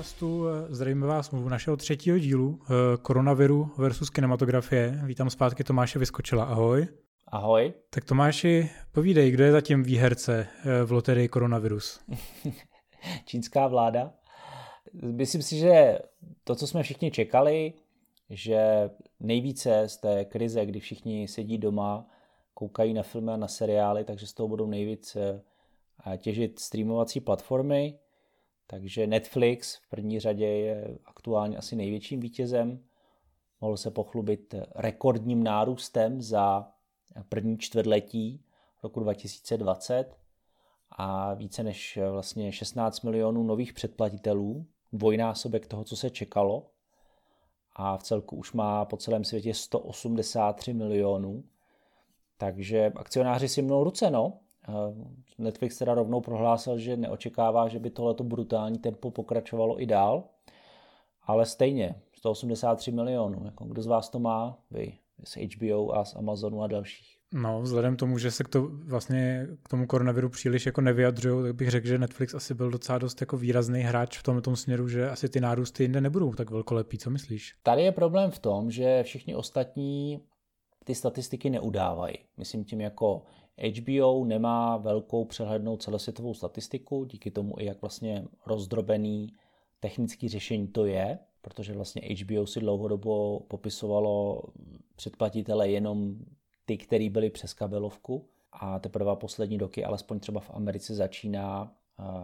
podcastu zdravíme vás u našeho 3. dílu Koronaviru versus kinematografie. Vítám zpátky Tomáše Vyskočila. Ahoj. Ahoj. Tak Tomáši, povídej, kdo je zatím výherce v loterii koronavirus? Čínská vláda. Myslím si, že to, co jsme všichni čekali, že nejvíce z té krize, kdy všichni sedí doma, koukají na filmy a na seriály, takže z toho budou nejvíc těžit streamovací platformy. Takže Netflix v první řadě je aktuálně asi největším vítězem. Mohl se pochlubit rekordním nárůstem za první čtvrtletí roku 2020 a více než vlastně 16 milionů nových předplatitelů, dvojnásobek toho, co se čekalo. A v celku už má po celém světě 183 milionů. Takže akcionáři si mnou ruce, no. Netflix teda rovnou prohlásil, že neočekává, že by tohleto brutální tempo pokračovalo i dál, ale stejně 183 milionů. Jako kdo z vás to má? Vy z HBO a z Amazonu a dalších. No, vzhledem tomu, že se k tomu koronaviru příliš jako nevyjadřují, tak bych řekl, že Netflix asi byl docela dost jako výrazný hráč v tomto směru, že asi ty nárůsty jinde nebudou tak velkolepý. Co myslíš? Tady je problém v tom, že všichni ostatní ty statistiky neudávají. Myslím tím jako HBO nemá velkou přehlednou celosvětovou statistiku, díky tomu i jak vlastně rozdrobený technický řešení to je, protože vlastně HBO si dlouhodobo popisovalo předplatitele jenom ty, který byli přes kabelovku a teprve poslední roky, alespoň třeba v Americe začíná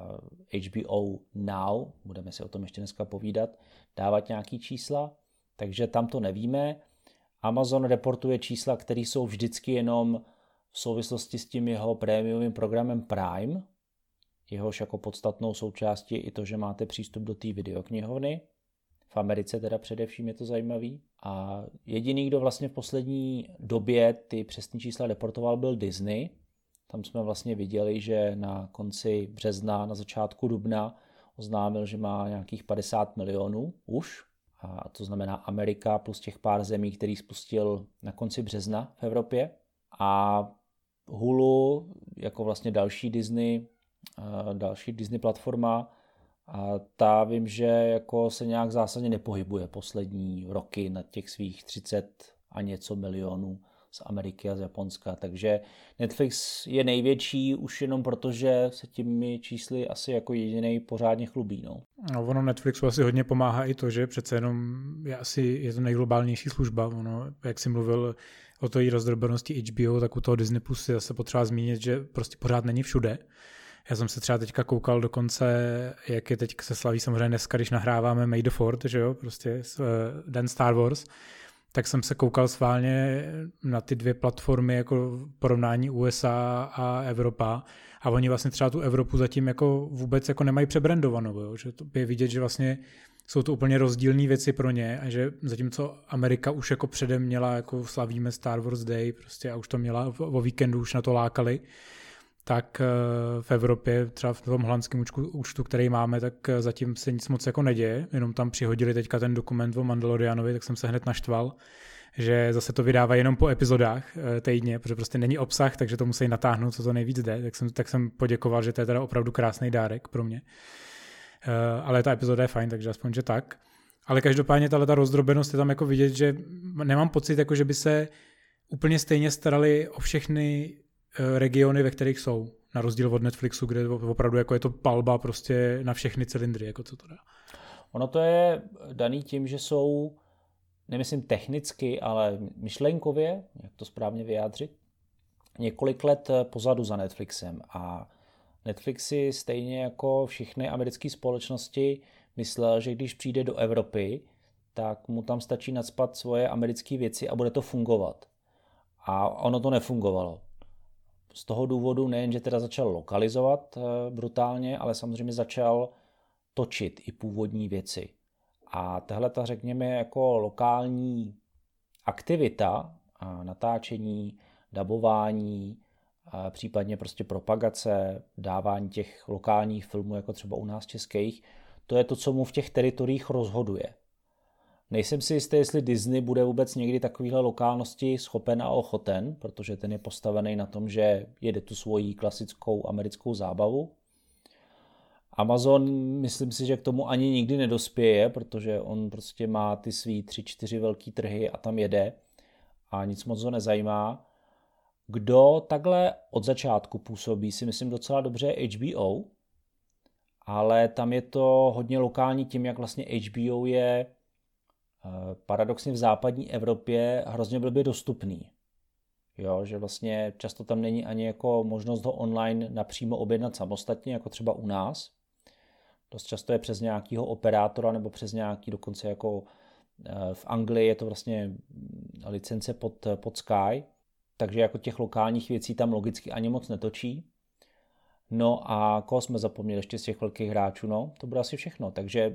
HBO Now, budeme si o tom ještě dneska povídat, dávat nějaký čísla, takže tam to nevíme. Amazon reportuje čísla, které jsou vždycky jenom v souvislosti s tím jeho prémiovým programem Prime, jehož jako podstatnou součástí je i to, že máte přístup do té videoknihovny. V Americe teda především je to zajímavý. A jediný, kdo vlastně v poslední době ty přesné čísla reportoval, byl Disney. Tam jsme vlastně viděli, že na konci března, na začátku dubna oznámil, že má nějakých 50 milionů už. A to znamená Amerika plus těch pár zemí, který spustil na konci března v Evropě. A Hulu jako vlastně další Disney platforma, a ta vím, že jako se nějak zásadně nepohybuje poslední roky na těch svých 30 a něco milionů z Ameriky a z Japonska. Takže Netflix je největší už jenom proto, že se těmi čísly asi jako jedinej pořádně chlubí. No. No, ono Netflixu asi hodně pomáhá i to, že přece jenom je to nejglobálnější služba. Ono, jak jsi mluvil o té rozdrobenosti HBO, tak u toho Disney Plus je zase potřeba zmínit, že prostě pořád není všude. Já jsem se třeba teďka koukal dokonce, jak je teď se slaví samozřejmě dneska, když nahráváme May the 4th, že jo, prostě den Star Wars, tak jsem se koukal schválně na ty dvě platformy jako porovnání USA a Evropa a oni vlastně třeba tu Evropu zatím jako vůbec jako nemají přebrandovanou, jo? Že to je vidět, že vlastně jsou to úplně rozdílné věci pro ně a že zatímco Amerika už jako předem měla, jako slavíme Star Wars Day prostě a už to měla o víkendu, už na to lákali, tak v Evropě, třeba v tom holandském účtu, který máme, tak zatím se nic moc jako neděje, jenom tam přihodili teďka ten dokument o Mandalorianovi, tak jsem se hned naštval, že zase to vydávají jenom po epizodách týdně, protože prostě není obsah, takže to musí natáhnout, co to nejvíc jde, tak jsem poděkoval, že to je teda opravdu krásný dárek pro mě. Ale ta epizoda je fajn, takže aspoň, že tak. Ale každopádně ta rozdrobenost je tam jako vidět, že nemám pocit, jako že by se úplně stejně starali o všechny regiony, ve kterých jsou. Na rozdíl od Netflixu, kde opravdu jako je to palba prostě na všechny cylindry, jako co to dá. Ono to je daný tím, že jsou, nemyslím technicky, ale myšlenkově, jak to správně vyjádřit, několik let pozadu za Netflixem. A Netflix si stejně jako všechny americké společnosti myslel, že když přijde do Evropy, tak mu tam stačí nacpat svoje americké věci a bude to fungovat. A ono to nefungovalo. Z toho důvodu nejen, že teda začal lokalizovat brutálně, ale samozřejmě začal točit i původní věci. A tahle ta, řekněme, jako lokální aktivita, natáčení, dabování, případně prostě propagace, dávání těch lokálních filmů, jako třeba u nás českých, to je to, co mu v těch teritoriích rozhoduje. Nejsem si jistý, jestli Disney bude vůbec někdy takovýhle lokálnosti schopen a ochoten, protože ten je postavený na tom, že jede tu svoji klasickou americkou zábavu. Amazon, myslím si, že k tomu ani nikdy nedospěje, protože on prostě má ty svý 3-4 velký trhy a tam jede a nic moc ho nezajímá. Kdo takhle od začátku působí, si myslím docela dobře je HBO, ale tam je to hodně lokální tím, jak vlastně HBO je paradoxně v západní Evropě hrozně blbě dostupný. Jo, že vlastně často tam není ani jako možnost ho online napřímo objednat samostatně, jako třeba u nás. Dost často je přes nějakého operátora nebo přes nějaký, dokonce jako v Anglii je to vlastně licence pod Sky, takže jako těch lokálních věcí tam logicky ani moc netočí. No a koho jsme zapomněli ještě z těch velkých hráčů, no, to bude asi všechno. Takže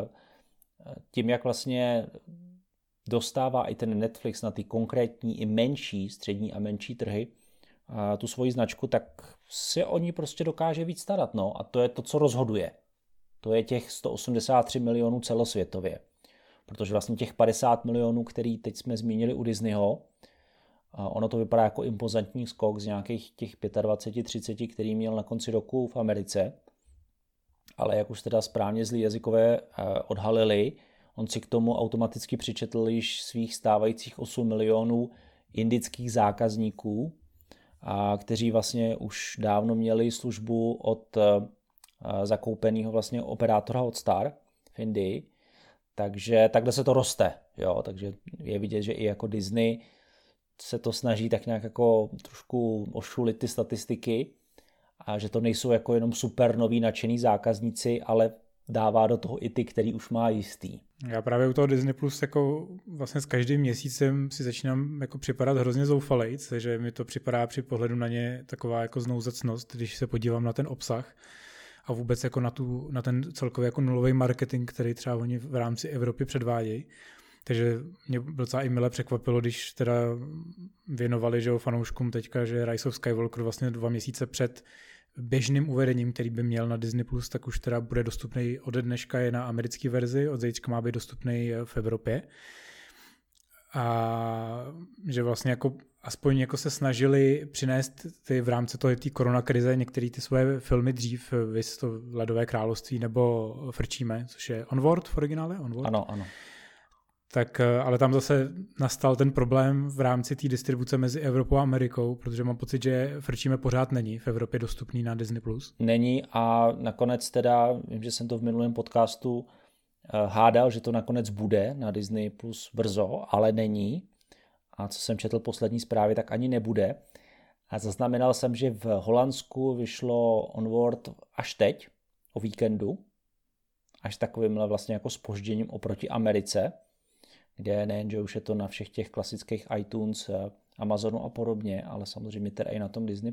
tím, jak vlastně dostává i ten Netflix na ty konkrétní i menší, střední a menší trhy tu svoji značku, tak se o ní prostě dokáže víc starat, no. A to je to, co rozhoduje. To je těch 183 milionů celosvětově. Protože vlastně těch 50 milionů, který teď jsme zmínili u Disneyho, ono to vypadá jako impozantní skok z nějakých těch 25-30, který měl na konci roku v Americe. Ale jak už teda správně zlí jazykové odhalili, on si k tomu automaticky přičetl již svých stávajících 8 milionů indických zákazníků, kteří vlastně už dávno měli službu od zakoupeného vlastně operátora Hotstar v Indii. Takže takhle se to roste. Jo? Takže je vidět, že i jako Disney se to snaží tak nějak jako trošku ošulit ty statistiky a že to nejsou jako jenom super noví nadšený zákazníci, ale dává do toho i ty, který už má jistý. Já právě u toho Disney Plus jako vlastně s každým měsícem si začínám jako připadat hrozně zoufalejc, že mi to připadá při pohledu na ně taková jako znouzecnost, když se podívám na ten obsah a vůbec jako na ten celkový jako nulový marketing, který třeba oni v rámci Evropy předvádějí. Takže mě docela i mile překvapilo, když teda věnovali, že fanouškům teďka, že Rise of Skywalker vlastně 2 měsíce před běžným uvedením, který by měl na Disney+, tak už teda bude dostupný ode dneška je na americké verzi, od zítřka má být dostupný v Evropě. A že vlastně jako aspoň jako se snažili přinést ty v rámci té koronakrize některé ty svoje filmy dřív, viz to Ledové království nebo Frčíme, což je Onward v originále? Onward? Ano. Tak, ale tam zase nastal ten problém v rámci té distribuce mezi Evropou a Amerikou, protože mám pocit, že Frčíme pořád není v Evropě dostupný na Disney+. Není a nakonec teda, vím, že jsem to v minulém podcastu hádal, že to nakonec bude na Disney Plus brzo, ale není. A co jsem četl poslední zprávy, tak ani nebude. A zaznamenal jsem, že v Holandsku vyšlo Onward až teď, o víkendu, až takovýmhle vlastně jako zpožděním oproti Americe, kde nejen, že už je to na všech těch klasických iTunes, Amazonu a podobně, ale samozřejmě teda i na tom Disney+.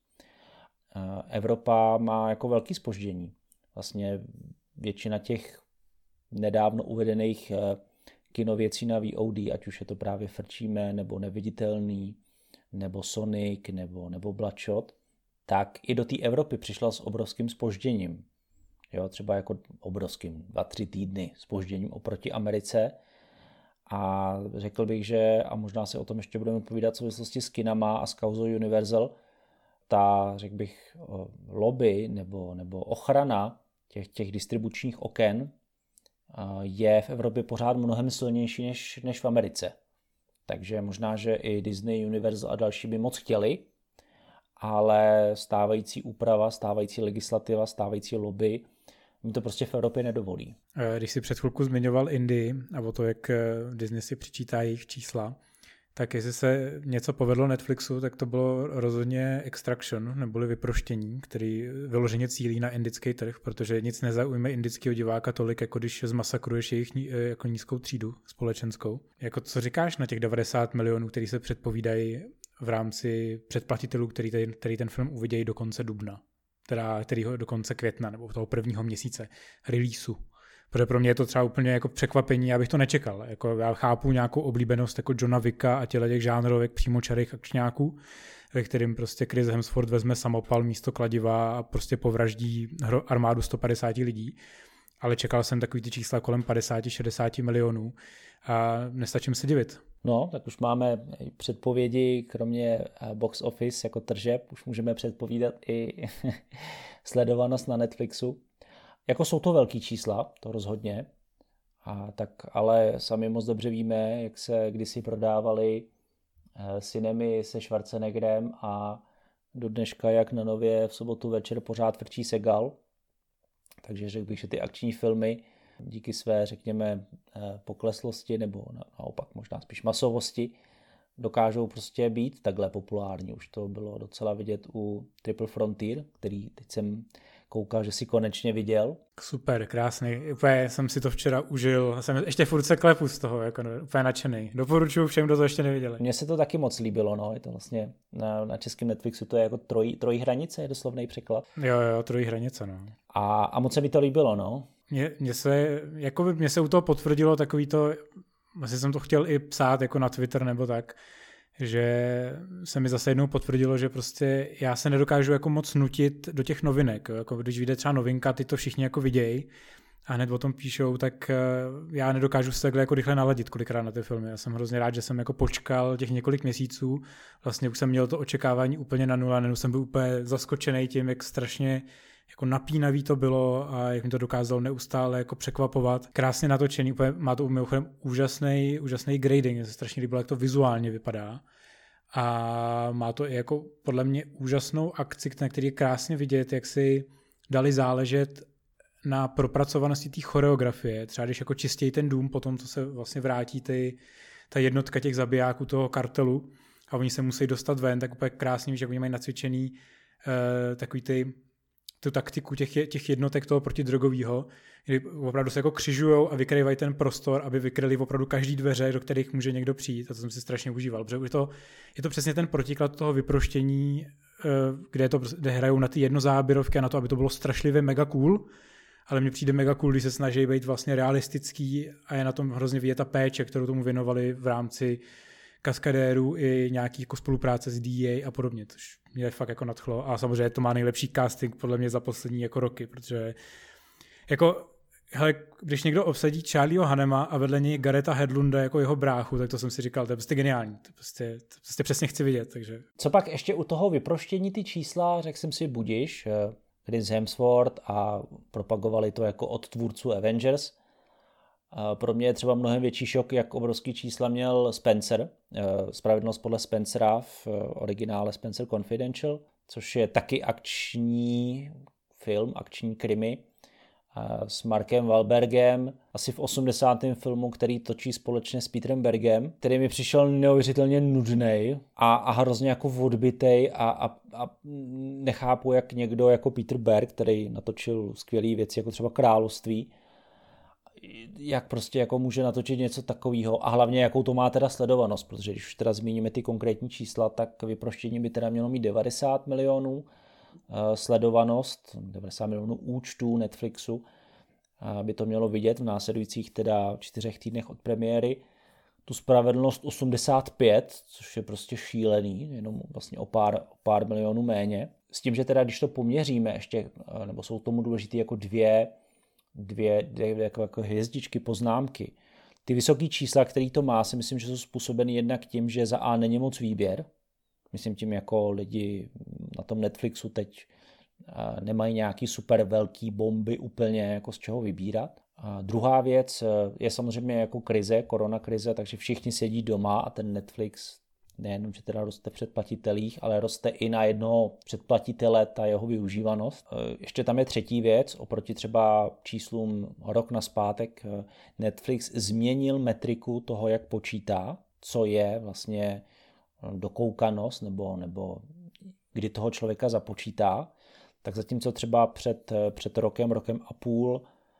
Evropa má jako velký zpoždění. Vlastně většina těch nedávno uvedených kinověcí na VOD, ať už je to právě Frčíme, nebo Neviditelný, nebo Sonic, nebo Bloodshot, tak i do té Evropy přišla s obrovským zpožděním. Jo, třeba jako obrovským, 2-3 týdny zpožděním oproti Americe. A řekl bych, že, a možná se o tom ještě budeme povídat v souvislosti s kinama a s kauzou Universal, ta, řekl bych, lobby nebo ochrana těch distribučních oken je v Evropě pořád mnohem silnější než v Americe. Takže možná, že i Disney, Universal a další by moc chtěli, ale stávající úprava, stávající legislativa, stávající lobby mi to prostě v Evropě nedovolí. Když si před chvilku zmiňoval Indii a o to, jak Disney si přičítá jejich čísla, tak jestli se něco povedlo Netflixu, tak to bylo rozhodně Extraction, neboli Vyproštění, který vyloženě cílí na indický trh, protože nic nezaujme indického diváka tolik, jako když zmasakruješ jejich jako nízkou třídu společenskou. Jako co říkáš na těch 90 milionů, který se předpovídají v rámci předplatitelů, který ten film uvidějí do konce dubna, kterýho do konce května nebo toho prvního měsíce releaseu. Protože pro mě je to třeba úplně jako překvapení, já bych to nečekal. Jako já chápu nějakou oblíbenost jako Johna Wicka a těch žánrovek přímočarých akčňáků, ve kterým prostě Chris Hemsworth vezme samopal místo kladiva a prostě povraždí armádu 150 lidí. Ale čekal jsem takový ty čísla kolem 50-60 milionů a nestačím se divit. No, tak už máme předpovědi, kromě box office jako tržeb, už můžeme předpovídat i sledovanost na Netflixu. Jako jsou to velký čísla, to rozhodně, ale sami moc dobře víme, jak se kdysi prodávali cinemy se Schwarzeneggerem a do dneška, jak na Nově v sobotu večer pořád frčí Segal. Takže řekl bych, že ty akční filmy díky své, řekněme, pokleslosti nebo naopak možná spíš masovosti dokážou prostě být takhle populární. Už to bylo docela vidět u Triple Frontier, který teď jsem koukal, že si konečně viděl. Super, krásný. Úplně jsem si to včera užil. Jsem ještě furt se klepu z toho, jako úplně nadšený. Doporučuji všem, kdo to ještě neviděli. Mně se to taky moc líbilo, no. Je to vlastně na českém Netflixu, to je jako trojí hranice, je doslovný překlad. Jo, trojí hranice, no. A moc se mi to líbilo, no. Mně se u toho potvrdilo takový to, vlastně jsem to chtěl i psát jako na Twitter nebo tak, že se mi zase jednou potvrdilo, že prostě já se nedokážu jako moc nutit do těch novinek. Jako když vyjde třeba novinka, ty to všichni jako vidějí a hned o tom píšou, tak já nedokážu se takhle jako rychle naladit kolikrát na ty filmy. Já jsem hrozně rád, že jsem jako počkal těch několik měsíců. Vlastně už jsem měl to očekávání úplně na nula, nebo jsem byl úplně zaskočený tím, jak strašně jako napínavý to bylo a jak mi to dokázalo neustále jako překvapovat. Krásně natočený, úplně má to mimochodem úžasný grading, mě se strašně líbilo, jak to vizuálně vypadá. A má to i jako podle mě úžasnou akci, na který je krásně vidět, jak si dali záležet na propracovanosti té choreografie. Třeba když jako čistějí ten dům, potom to se vlastně vrátí ta jednotka těch zabijáků toho kartelu a oni se musí dostat ven, tak úplně krásně víš, jak oni mají nacvičený takový tu taktiku těch jednotek toho protidrogového, kdy opravdu se jako křižujou a vykryvají ten prostor, aby vykryli opravdu každý dveře, do kterých může někdo přijít. A to jsem si strašně užíval, protože je to přesně ten protiklad toho vyproštění, kde hrajou na ty jednozáběrovky a na to, aby to bylo strašlivě mega cool, ale mně přijde mega cool, když se snaží být vlastně realistický a je na tom hrozně vidět ta péče, kterou tomu věnovali v rámci kaskadérů i nějaký jako spolupráce s DEA a podobně, což mě fakt jako nadchlo a samozřejmě to má nejlepší casting podle mě za poslední jako roky, protože jako hele, když někdo obsadí Charlieho Hunnama a vedle něj Gareta Hedlunda jako jeho bráchu, tak to jsem si říkal, to je prostě geniální, to prostě přesně chci vidět, takže. Co pak ještě u toho vyproštění ty čísla, řekl jsem si budiš, Chris Hemsworth a propagovali to jako od tvůrců Avengers. Pro mě je třeba mnohem větší šok, jak obrovský čísla měl Spencer, Spravedlnost podle Spencera v originále Spencer Confidential, což je taky akční film, akční krimi s Markem Wahlbergem, asi v 80. filmu, který točí společně s Peterem Bergem, který mi přišel neuvěřitelně nudnej a hrozně jako odbitej a nechápu, jak někdo jako Peter Berg, který natočil skvělé věci, jako třeba Království, jak prostě jako může natočit něco takového a hlavně jakou to má teda sledovanost, protože když už teda zmíníme ty konkrétní čísla, tak Vyproštění by teda mělo mít 90 milionů sledovanost, 90 milionů účtů Netflixu by to mělo vidět v následujících teda 4 týdnech od premiéry. Tu Spravedlnost 85, což je prostě šílený, jenom vlastně o pár milionů méně. S tím, že teda když to poměříme ještě, nebo jsou tomu důležité jako dvě jako hvězdičky, poznámky. Ty vysoké čísla, který to má, si myslím, že jsou způsobeny jednak tím, že za A není moc výběr. Myslím tím, jako lidi na tom Netflixu teď nemají nějaký super velký bomby úplně jako z čeho vybírat. A druhá věc je samozřejmě jako krize, koronakrize, takže všichni sedí doma a ten Netflix nejenom, že teda roste v předplatitelích, ale roste i na jednoho předplatitele ta jeho využívanost. Ještě tam je třetí věc, oproti třeba číslům rok nazpátek Netflix změnil metriku toho, jak počítá, co je vlastně dokoukanost nebo kdy toho člověka započítá, tak zatímco třeba před rokem a půl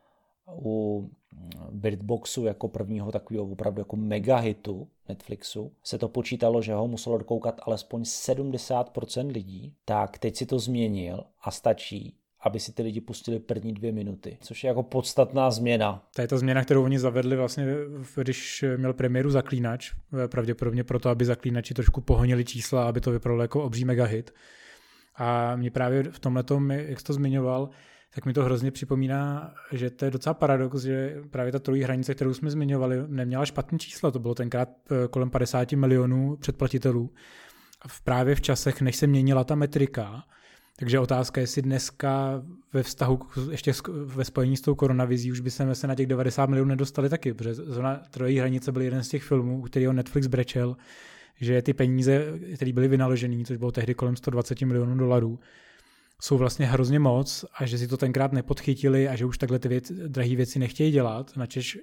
u Bird Boxu jako prvního takového opravdu jako megahitu Netflixu se to počítalo, že ho muselo dokoukat alespoň 70% lidí, tak teď si to změnil a stačí, aby si ty lidi pustili první 2 minuty, což je jako podstatná změna. To je ta změna, kterou oni zavedli vlastně, když měl premiéru Zaklínač, pravděpodobně proto, aby Zaklínači trošku pohonili čísla, aby to vypadalo jako obří megahit. A mě právě v tomhletom, jak jsi to zmiňoval, tak mi to hrozně připomíná, že to je docela paradox, že právě ta trojí hranice, kterou jsme zmiňovali, neměla špatný čísla, to bylo tenkrát kolem 50 milionů předplatitelů. Právě v časech, než se měnila ta metrika, Takže otázka, jestli dneska ve vztahu, ještě ve spojení s tou koronavizí, už by se na těch 90 milionů nedostali taky, protože Zóna trojí hranice byl jeden z těch filmů, u kterého Netflix brečel, že ty peníze, které byly vynaložené, což bylo tehdy kolem 120 milionů dolarů, jsou vlastně hrozně moc a že si to tenkrát nepodchytili a že už takhle ty drahé věci nechtějí dělat. Načež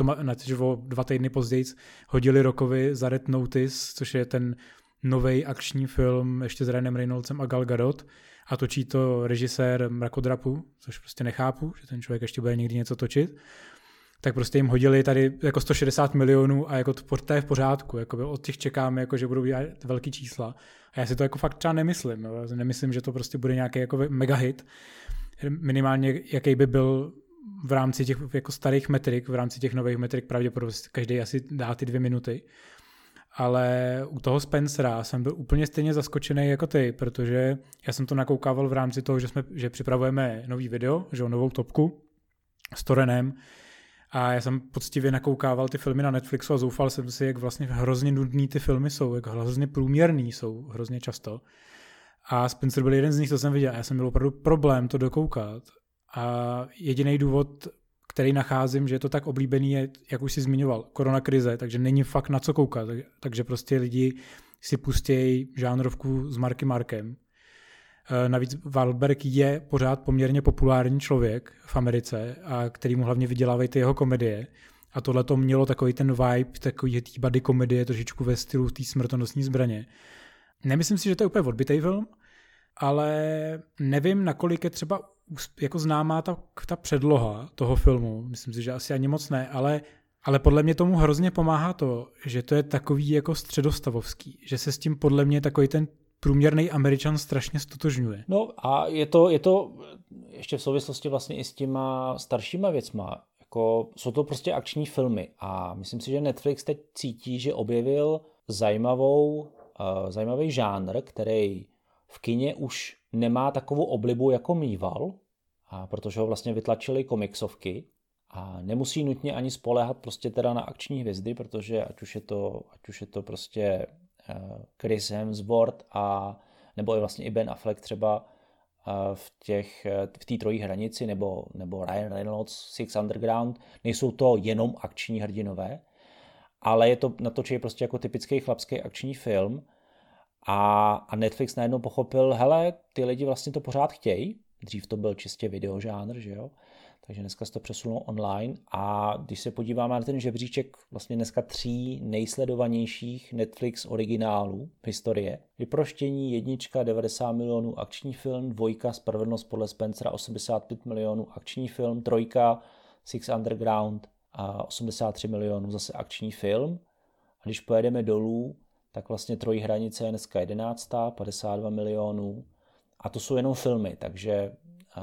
o 2 týdny později hodili Rockovi za Red Notice, což je ten novej akční film ještě s Ryanem Reynoldsem a Gal Gadot a točí to režisér Mrakodrapu, což prostě nechápu, že ten člověk ještě bude někdy něco točit. Tak prostě jim hodili tady jako 160 milionů a jako to je v pořádku. Jako od těch čekáme, jako, že budou dělat velký čísla. A já si to jako fakt třeba nemyslím. Jo. Nemyslím, že to prostě bude nějaký jako mega hit. Minimálně jaký by byl v rámci těch jako starých metrik, v rámci těch nových metrik pravděpodobně každý asi dá ty 2 minuty. Ale u toho Spencera jsem byl úplně stejně zaskočený jako ty, protože já jsem to nakoukával v rámci toho, že připravujeme nový video, že novou topku s Torenem. A já jsem poctivě nakoukával ty filmy na Netflixu a zoufal jsem si, jak vlastně hrozně nudný ty filmy jsou, jak hrozně průměrný jsou hrozně často. A Spencer byl jeden z nich, co jsem viděl. Já jsem měl opravdu problém to dokoukat. A jediný důvod, který nacházím, že je to tak oblíbený, je, jak už si zmiňoval, koronakrize, takže není fakt na co koukat. Takže prostě lidi si pustějí žánrovku s Marky Markem. Navíc Wahlberg je pořád poměrně populární člověk v Americe, a který mu hlavně vydělávají ty jeho komedie. A tohle to mělo takový ten vibe, takový tý buddy komedie, trošičku ve stylu té smrtonosní zbraně. Nemyslím si, že to je úplně odbytej film, ale nevím, nakolik je třeba jako známá ta předloha toho filmu. Myslím si, že asi ani moc ne, ale podle mě tomu hrozně pomáhá to, že to je takový jako středostavovský, že se s tím podle mě takový ten průměrný Američan strašně stotožňuje. No a je to ještě v souvislosti vlastně i s těma staršíma věcma. Jako, jsou to prostě akční filmy a myslím si, že Netflix teď cítí, že objevil zajímavý žánr, který v kině už nemá takovou oblibu, jako mýval, a protože ho vlastně vytlačili komiksovky a nemusí nutně ani spoléhat prostě teda na akční hvězdy, protože ať už je to prostě Chris Hemsworth nebo vlastně i Ben Affleck třeba v té trojí hranici nebo Ryan Reynolds, Six Underground, nejsou to jenom akční hrdinové, ale je to natočený prostě jako typický chlapský akční film a Netflix najednou pochopil, hele, ty lidi vlastně to pořád chtějí, dřív to byl čistě videožánr, že jo, takže dneska se to přesunulo online a když se podíváme na ten žebříček vlastně dneska 3 nejsledovanějších Netflix originálů v historii. Vyproštění 1, 90 milionů akční film, 2 Spravedlnost podle Spencera 85 milionů akční film, 3 Six Underground a 83 milionů zase akční film. A když pojedeme dolů, tak vlastně Trojí hranice je dneska 11, 52 milionů a to jsou jenom filmy, takže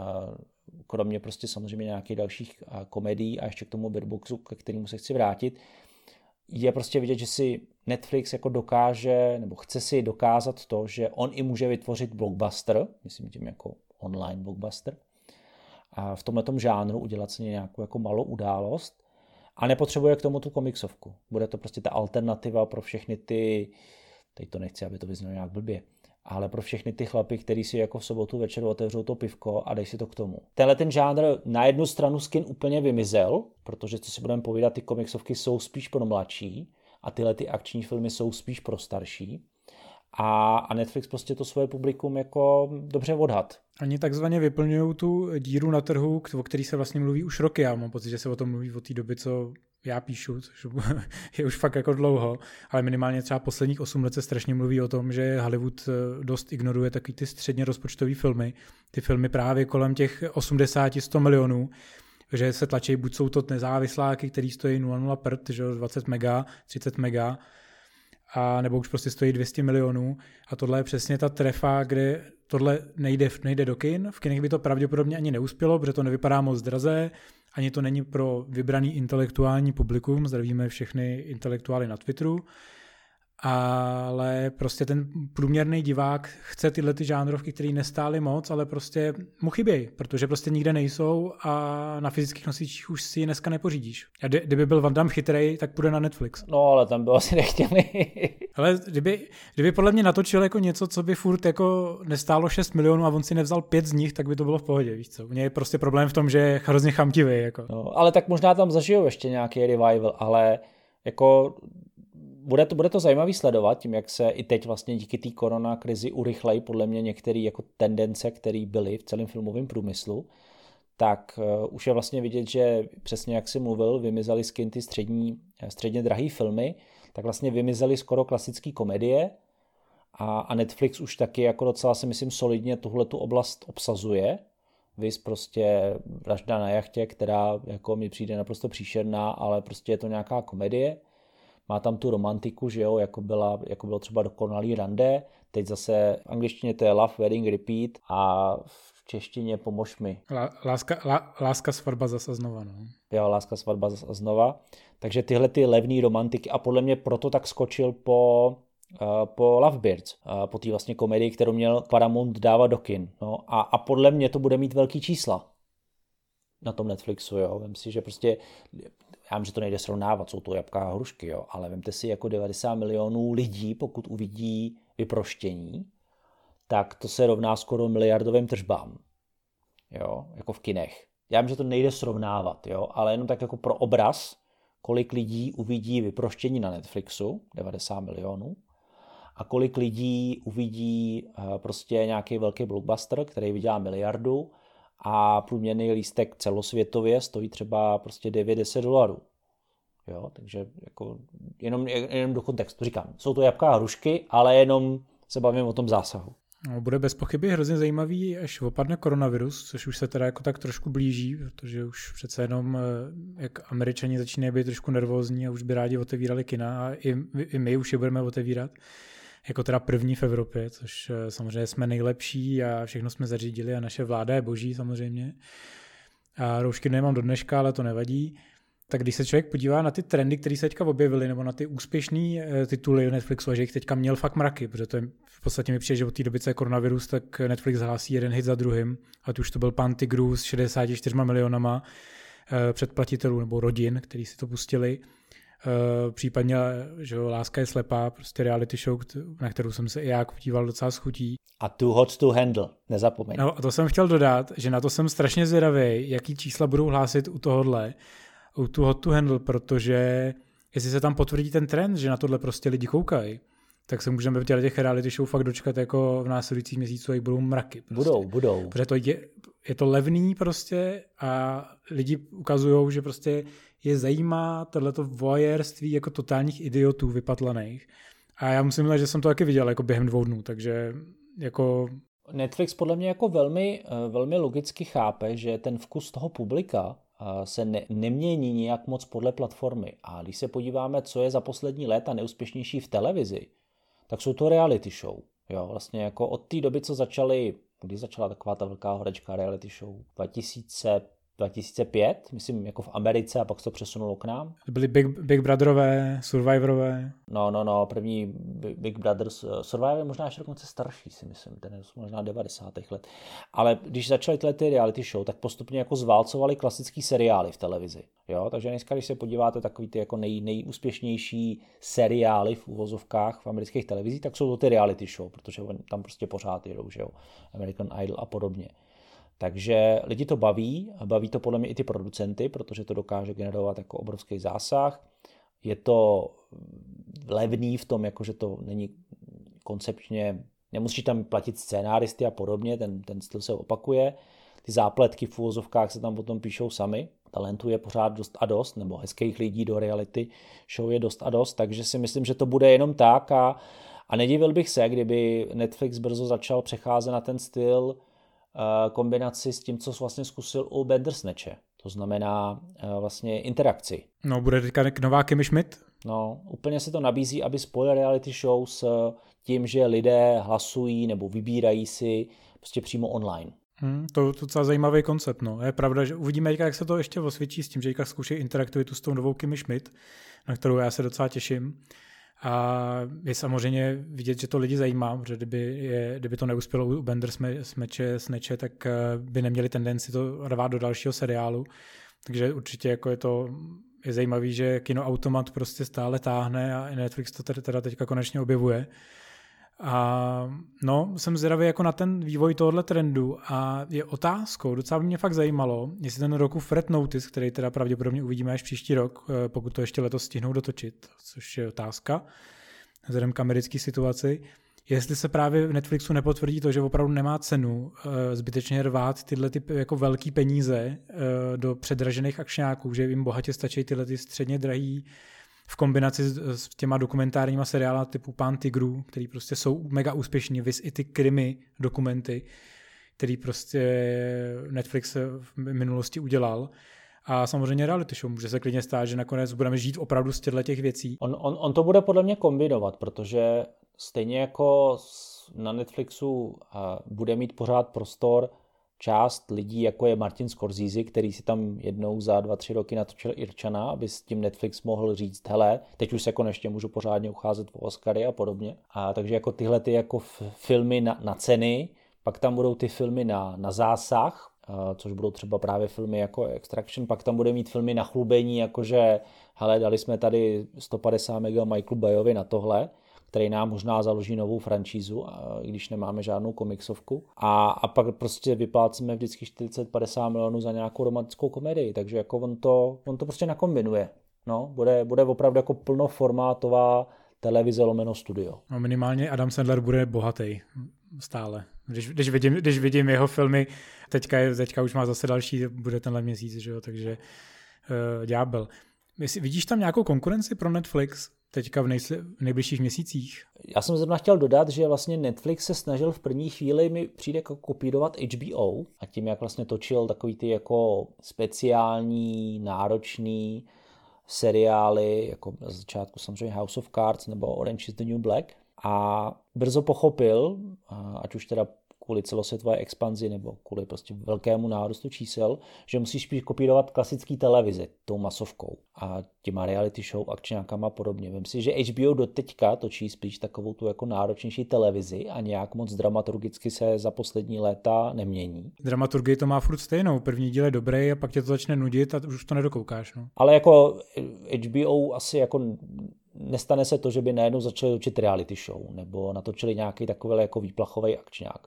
kromě prostě samozřejmě nějakých dalších komedií a ještě k tomu Bearboxu, ke kterému se chci vrátit, je prostě vidět, že si Netflix jako dokáže, nebo chce si dokázat to, že on i může vytvořit blockbuster, myslím tím jako online blockbuster, a v tomhletom žánru udělat si nějakou jako malou událost a nepotřebuje k tomu tu komiksovku. Bude to prostě ta alternativa pro všechny ty, teď to nechci, aby to vyznalo nějak blbě, ale pro všechny ty chlapy, kteří si jako v sobotu večer otevřou to pivko a dej si to k tomu. Tenhle ten žánr na jednu stranu skin úplně vymizel, protože co si budeme povídat, ty komiksovky jsou spíš pro mladší a tyhle ty akční filmy jsou spíš pro starší. A Netflix prostě to svoje publikum jako dobře odhad. Oni takzvaně vyplňují tu díru na trhu, o který se vlastně mluví už roky. Já mám pocit, že se o tom mluví od té doby, co já píšu, což je už fakt jako dlouho, ale minimálně třeba posledních 8 let se strašně mluví o tom, že Hollywood dost ignoruje takový ty středně rozpočtový filmy. Ty filmy právě kolem těch 80-100 milionů, že se tlačí, buď jsou to nezávisláky, který stojí 0,0 prd, že 20 mega, 30 mega, a nebo už prostě stojí 200 milionů a tohle je přesně ta trefa, kde tohle nejde do kin. V kinech by to pravděpodobně ani neuspělo, protože to nevypadá moc draze, ani to není pro vybraný intelektuální publikum, zdravíme všechny intelektuály na Twitteru, ale prostě ten průměrný divák chce tyhle ty žánrovky, které nestály moc, ale prostě mu chybějí, protože prostě nikde nejsou a na fyzických nosičích už si ji dneska nepořídíš. A kdyby byl Van Damme chytrej, tak půjde na Netflix. No, ale tam by asi nechtěli. Ale kdyby podle mě natočil jako něco, co by furt jako nestálo 6 milionů a on si nevzal 5 z nich, tak by to bylo v pohodě, víš co. U něj je prostě problém v tom, že je hrozně chamtivý. Jako. No, ale tak možná tam zažijou ještě nějaký revival, ale jako bude to zajímavý sledovat, tím jak se i teď vlastně díky té korona krizi urychlejí podle mě některé jako tendence, které byly v celém filmovém průmyslu, tak už je vlastně vidět, že přesně jak jsi mluvil, vymizely z kin ty středně drahý filmy, tak vlastně vymizely skoro klasické komedie a Netflix už taky jako docela si myslím solidně tuhletu oblast obsazuje. Viz prostě Vražda na jachtě, která jako mi přijde naprosto příšerná, ale prostě je to nějaká komedie. Má tam tu romantiku, že jo, jako bylo třeba Dokonalý rande, teď zase v angličtině to je Love, Wedding, Repeat a v češtině Pomož mi. Láska, svatba zas a znova. No. Jo, Láska, svatba zas a znova. Takže tyhle ty levný romantiky a podle mě proto tak skočil po Lovebirds, po té vlastně komedii, kterou měl Paramount dávat do kin. No, a podle mě to bude mít velký čísla na tom Netflixu, jo. Vem si, že prostě, já vím, že to nejde srovnávat, jsou to Jabka a hrušky, jo, ale vemte si jako 90 milionů lidí, pokud uvidí Vyproštění, tak to se rovná skoro miliardovým tržbám, jo, jako v kinech. Já vím, že to nejde srovnávat, jo, ale jenom tak jako pro obraz, kolik lidí uvidí Vyproštění na Netflixu, 90 milionů, a kolik lidí uvidí prostě nějaký velký blockbuster, který vydělá miliardu, a průměrný lístek celosvětově stojí třeba prostě $9-10. Jo, takže jako jenom do kontextu říkám, jsou to Jabka a hrušky, ale jenom se bavím o tom zásahu. No, bude bez pochyby hrozně zajímavý, až opadne koronavirus, což už se teda jako tak trošku blíží, protože už přece jenom, jak Američani začínají být trošku nervózní a už by rádi otevírali kina a i my už je budeme otevírat. Jako teda první v Evropě, což samozřejmě jsme nejlepší a všechno jsme zařídili a naše vláda je boží samozřejmě. A roušky nemám do dneška, ale to nevadí. Tak když se člověk podívá na ty trendy, které se teďka objevily, nebo na ty úspěšné tituly Netflixu, a že jich teďka měl fakt mraky, protože to je, v podstatě mi přijde, že od té doby, co je koronavirus, tak Netflix hlásí jeden hit za druhým. Ať už to byl Pán tygru s 64 milionama předplatitelů nebo rodin, kteří si to pustili. Případně, že Láska je slepá, prostě reality show, na kterou jsem se i já díval docela s chutí. A Too Hot to Handle, nezapomeň. No a to jsem chtěl dodat, že na to jsem strašně zvědavý, jaký čísla budou hlásit u tohohle, u Too Hot to Handle, protože jestli se tam potvrdí ten trend, že na tohle prostě lidi koukají, tak se můžeme v těch reality show fakt dočkat jako v následujících měsících, jak budou mraky. Prostě. Budou. Protože to je to levný prostě a lidi ukazujou, že prostě je zajímá tohleto voyeurství jako totálních idiotů vypatlaných. A já musím říct, že jsem to taky viděl jako během 2 dnů, takže jako... Netflix podle mě jako velmi, velmi logicky chápe, že ten vkus toho publika se nemění nijak moc podle platformy. A když se podíváme, co je za poslední léta neúspěšnější v televizi, tak jsou to reality show. Jo, vlastně jako od té doby, co když začala taková ta velká horečka reality show 2005, myslím jako v Americe a pak se to přesunulo k nám. Byly Big Brotherové, Survivorové. No, první Big Brother Survivor možná ještě dokonce starší, si myslím, ten je možná 90. let. Ale když začaly ty reality show, tak postupně jako zválcovali klasický seriály v televizi. Jo, takže dneska, když se podíváte takový ty jako nejúspěšnější seriály v uvozovkách v amerických televizích, tak jsou to ty reality show, protože tam prostě pořád jedou, že jo, American Idol a podobně. Takže lidi to baví to podle mě i ty producenty, protože to dokáže generovat jako obrovský zásah. Je to levný v tom, jako že to není koncepčně, nemusíš tam platit scénáristy a podobně, ten styl se opakuje. Ty zápletky v uvozovkách se tam potom píšou sami. Talentů je pořád dost a dost, nebo hezkých lidí do reality show je dost a dost, takže si myslím, že to bude jenom tak a nedivil bych se, kdyby Netflix brzo začal přecházet na ten styl kombinaci s tím, co vlastně zkusil u Bandersnatche. To znamená vlastně interakci. No, bude teďka nová Kimmy Schmidt? No, úplně se to nabízí, aby spojil reality show s tím, že lidé hlasují nebo vybírají si prostě přímo online. To je docela zajímavý koncept. No. Je pravda, že uvidíme, jak se to ještě osvědčí s tím, že zkouší interaktivitu s tou novou Kimmy Schmidt, na kterou já se docela těším. A je samozřejmě vidět, že to lidi zajímá, protože kdyby to neuspělo u Bandersnatche, tak by neměli tendenci to rvát do dalšího seriálu. Takže určitě jako je zajímavý, že Kino Automat prostě stále táhne a Netflix to teda teďka konečně objevuje. A no, jsem zvědavý jako na ten vývoj tohohle trendu a je otázkou, docela by mě fakt zajímalo, jestli ten Rockův Red Notice, který teda pravděpodobně uvidíme až příští rok, pokud to ještě letos stihnou dotočit, což je otázka, vzhledem k americké situaci, jestli se právě v Netflixu nepotvrdí to, že opravdu nemá cenu zbytečně rvát tyhle ty jako velký peníze do předražených akčňáků, že jim bohatě stačí tyhle ty středně drahý v kombinaci s těma dokumentárníma seriály typu Pán tigrů, který prostě jsou mega úspěšní, viz i ty krimi dokumenty, který prostě Netflix v minulosti udělal. A samozřejmě reality show. Může se klidně stát, že nakonec budeme žít opravdu z těch věcí. On to bude podle mě kombinovat, protože stejně jako na Netflixu bude mít pořád prostor část lidí, jako je Martin Scorsese, který si tam jednou za 2-3 roky natočil Irčana, aby s tím Netflix mohl říct, hele, teď už se konečně můžu pořádně ucházet o Oscary a podobně. A takže jako tyhle ty jako filmy na ceny, pak tam budou ty filmy na zásah, což budou třeba právě filmy jako Extraction, pak tam bude mít filmy na chlubení, jakože hele, dali jsme tady 150 mega Michaelu Bayovi na tohle, který nám možná založí novou franšízu, i když nemáme žádnou komiksovku. A pak prostě vyplácíme vždycky 40-50 milionů za nějakou romantickou komedii, takže jako on to prostě nakombinuje. No, bude opravdu jako plnoformátová televize lomeno studio. No, minimálně Adam Sandler bude bohatý stále. Když vidím jeho filmy, teďka už má zase další, bude tenhle měsíc, že jo, takže ďábel. Vidíš tam nějakou konkurenci pro Netflix teďka v nejbližších měsících? Já jsem zrovna chtěl dodat, že vlastně Netflix se snažil v první chvíli mi přijde jako kopírovat HBO a tím, jak vlastně točil takový ty jako speciální, náročný seriály, jako na začátku samozřejmě House of Cards nebo Orange is the New Black, a brzo pochopil, ať už teda kvůli celosvětové expanzi nebo kvůli prostě velkému nárůstu čísel, že musíš spíš kopírovat klasický televizi tou masovkou a těma reality show, akčňákama a podobně. Vím si, že HBO doteďka točí spíš takovou tu jako náročnější televizi a nějak moc dramaturgicky se za poslední léta nemění. Dramaturgii to má furt stejnou. První díl je dobrý a pak tě to začne nudit a už to nedokoukáš. No. Ale jako HBO asi jako nestane se to, že by najednou začali točit reality show nebo natočili nějaký takový jako výplachový akčňák.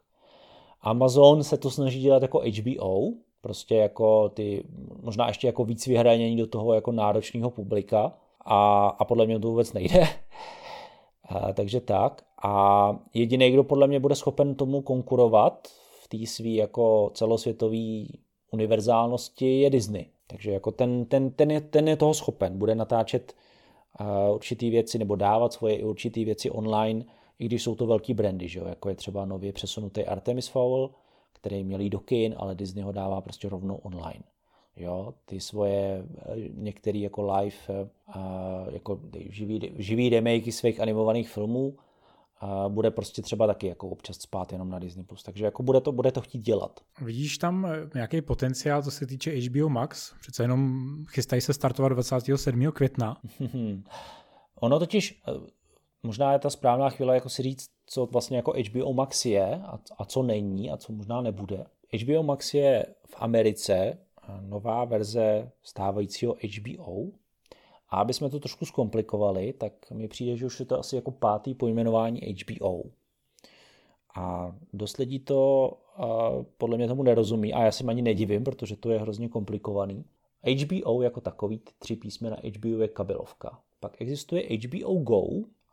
Amazon se to snaží dělat jako HBO, prostě jako ty, možná ještě jako víc vyhranění do toho jako náročného publika a podle mě to vůbec nejde. Takže tak. A jediný, kdo podle mě bude schopen tomu konkurovat v té své jako celosvětové univerzálnosti, je Disney. Takže jako ten je toho schopen, bude natáčet určitý věci nebo dávat svoje určitý věci online, i když jsou to velký brandy, že jo? Jako je třeba nově přesunutý Artemis Fowl, který měl jít do kin, ale Disney ho dává prostě rovnou online. Jo? Ty svoje některé jako live, jako živý remakey svých animovaných filmů bude prostě třeba taky jako občas spát jenom na Disney+. Takže jako bude to chtít dělat. Vidíš tam nějaký potenciál, co se týče HBO Max? Přece jenom chystají se startovat 27. května. Ono totiž, možná je ta správná chvíle jako si říct, co vlastně jako HBO Max je a co není a co možná nebude. HBO Max je v Americe nová verze stávajícího HBO. A aby jsme to trošku zkomplikovali, tak mi přijde, že už je to asi jako 5. pojmenování HBO. A dost lidí to podle mě tomu nerozumí a já se ani nedivím, protože to je hrozně komplikovaný. HBO jako takový, ty 3 písmena HBO je kabelovka. Pak existuje HBO Go,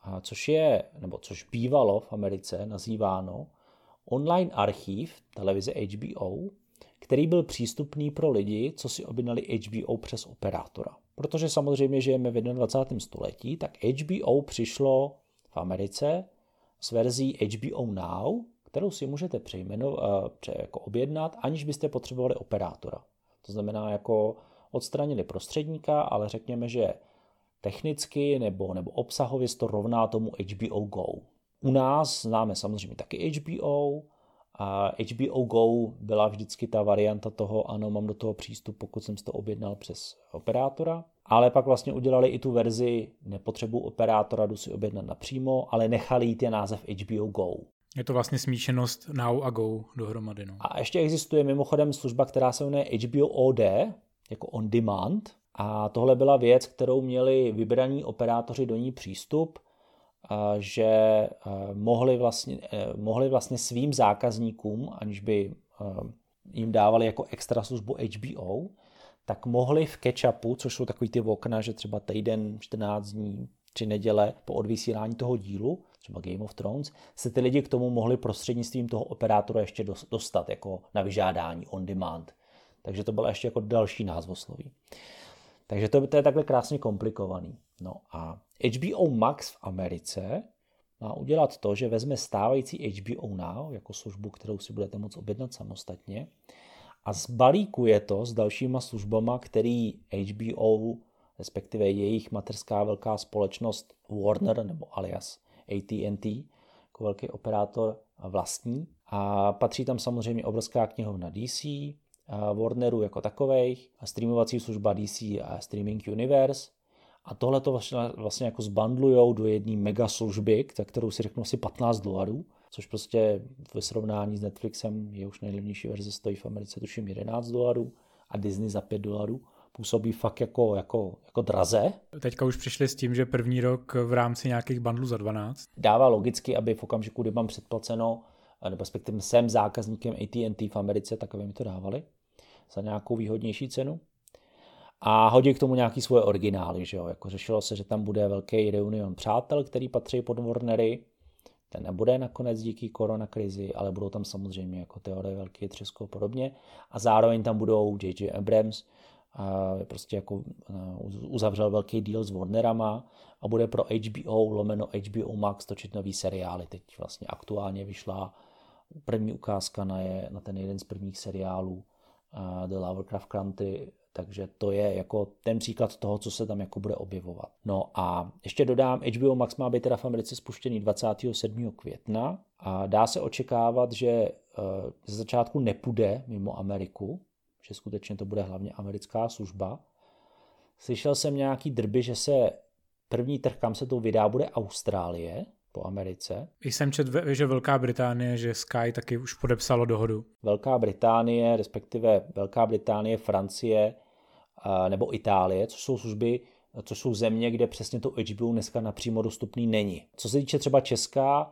což bývalo v Americe nazýváno online archiv televize HBO, který byl přístupný pro lidi, co si objednali HBO přes operátora. Protože samozřejmě žijeme v 21. století, tak HBO přišlo v Americe s verzí HBO Now, kterou si můžete jako objednat, aniž byste potřebovali operátora. To znamená, jako odstranili prostředníka, ale řekněme, že technicky nebo obsahově to rovná tomu HBO Go. U nás známe samozřejmě taky HBO. A HBO Go byla vždycky ta varianta toho, ano, mám do toho přístup, pokud jsem si to objednal přes operátora. ale pak vlastně udělali i tu verzi nepotřebuji operátora, jdu si objednat napřímo, ale nechali jít je název HBO Go. Je to vlastně smíšenost Now a Go dohromady. No. A ještě existuje mimochodem služba, která se jmenuje HBO OD, jako On Demand. A tohle byla věc, kterou měli vybraní operátoři do ní přístup, že mohli vlastně svým zákazníkům, aniž by jim dávali jako extra službu HBO, tak mohli v catch-upu, což jsou takový ty okna, že třeba týden, 14 dní, 3 neděle po odvysílání toho dílu, třeba Game of Thrones, se ty lidi k tomu mohli prostřednictvím toho operátora ještě dostat jako na vyžádání on demand. Takže to bylo ještě jako další názvosloví. Takže to je takhle krásně komplikovaný. No a HBO Max v Americe má udělat to, že vezme stávající HBO Now jako službu, kterou si budete moct objednat samostatně a zbalíkuje to s dalšíma službama, který HBO, respektive jejich mateřská velká společnost Warner nebo alias AT&T, jako velký operátor vlastní. A patří tam samozřejmě obrovská knihovna DC, Warneru jako takovejch, streamovací služba DC a Streaming Universe. A tohle to vlastně jako zbandlujou do jedné mega služby, za kterou si řeknu asi $15, což prostě ve srovnání s Netflixem je už nejlevnější verze, stojí v Americe tuším $11 a Disney za $5. Působí fakt jako draze. Teďka už přišli s tím, že první rok v rámci nějakých bundlů za 12. Dává logicky, aby v okamžiku, kdy mám předplaceno, nebo respektive jsem zákazníkem AT&T v Americe, tak aby mi to dávali za nějakou výhodnější cenu. A hodí k tomu nějaký svoje originály, že jo? Jako řešilo se, že tam bude velký reunion přátel, který patří pod Warnery. Ten nebude nakonec díky koronakrizi, ale budou tam samozřejmě jako Teorie Velký třesko a podobně. A zároveň tam budou J.J. Abrams, prostě jako uzavřel velký deal s Warnerama a bude pro HBO Max točit nový seriály. Teď vlastně aktuálně vyšla první ukázka na ten jeden z prvních seriálů The Lovecraft Country, takže to je jako ten příklad toho, co se tam jako bude objevovat. No a ještě dodám, HBO Max má být teda v Americe spuštěný 27. května a dá se očekávat, že ze začátku nepůjde mimo Ameriku, že skutečně to bude hlavně americká služba. Slyšel jsem nějaký drby, že se první trh, kam se to vydá, bude Austrálie po Americe. Jsem četl, že Velká Británie, že Sky taky už podepsalo dohodu. Velká Británie, respektive Velká Británie, Francie nebo Itálie, což jsou země, kde přesně to HBO dneska napřímo dostupný není. Co se týče třeba Česka,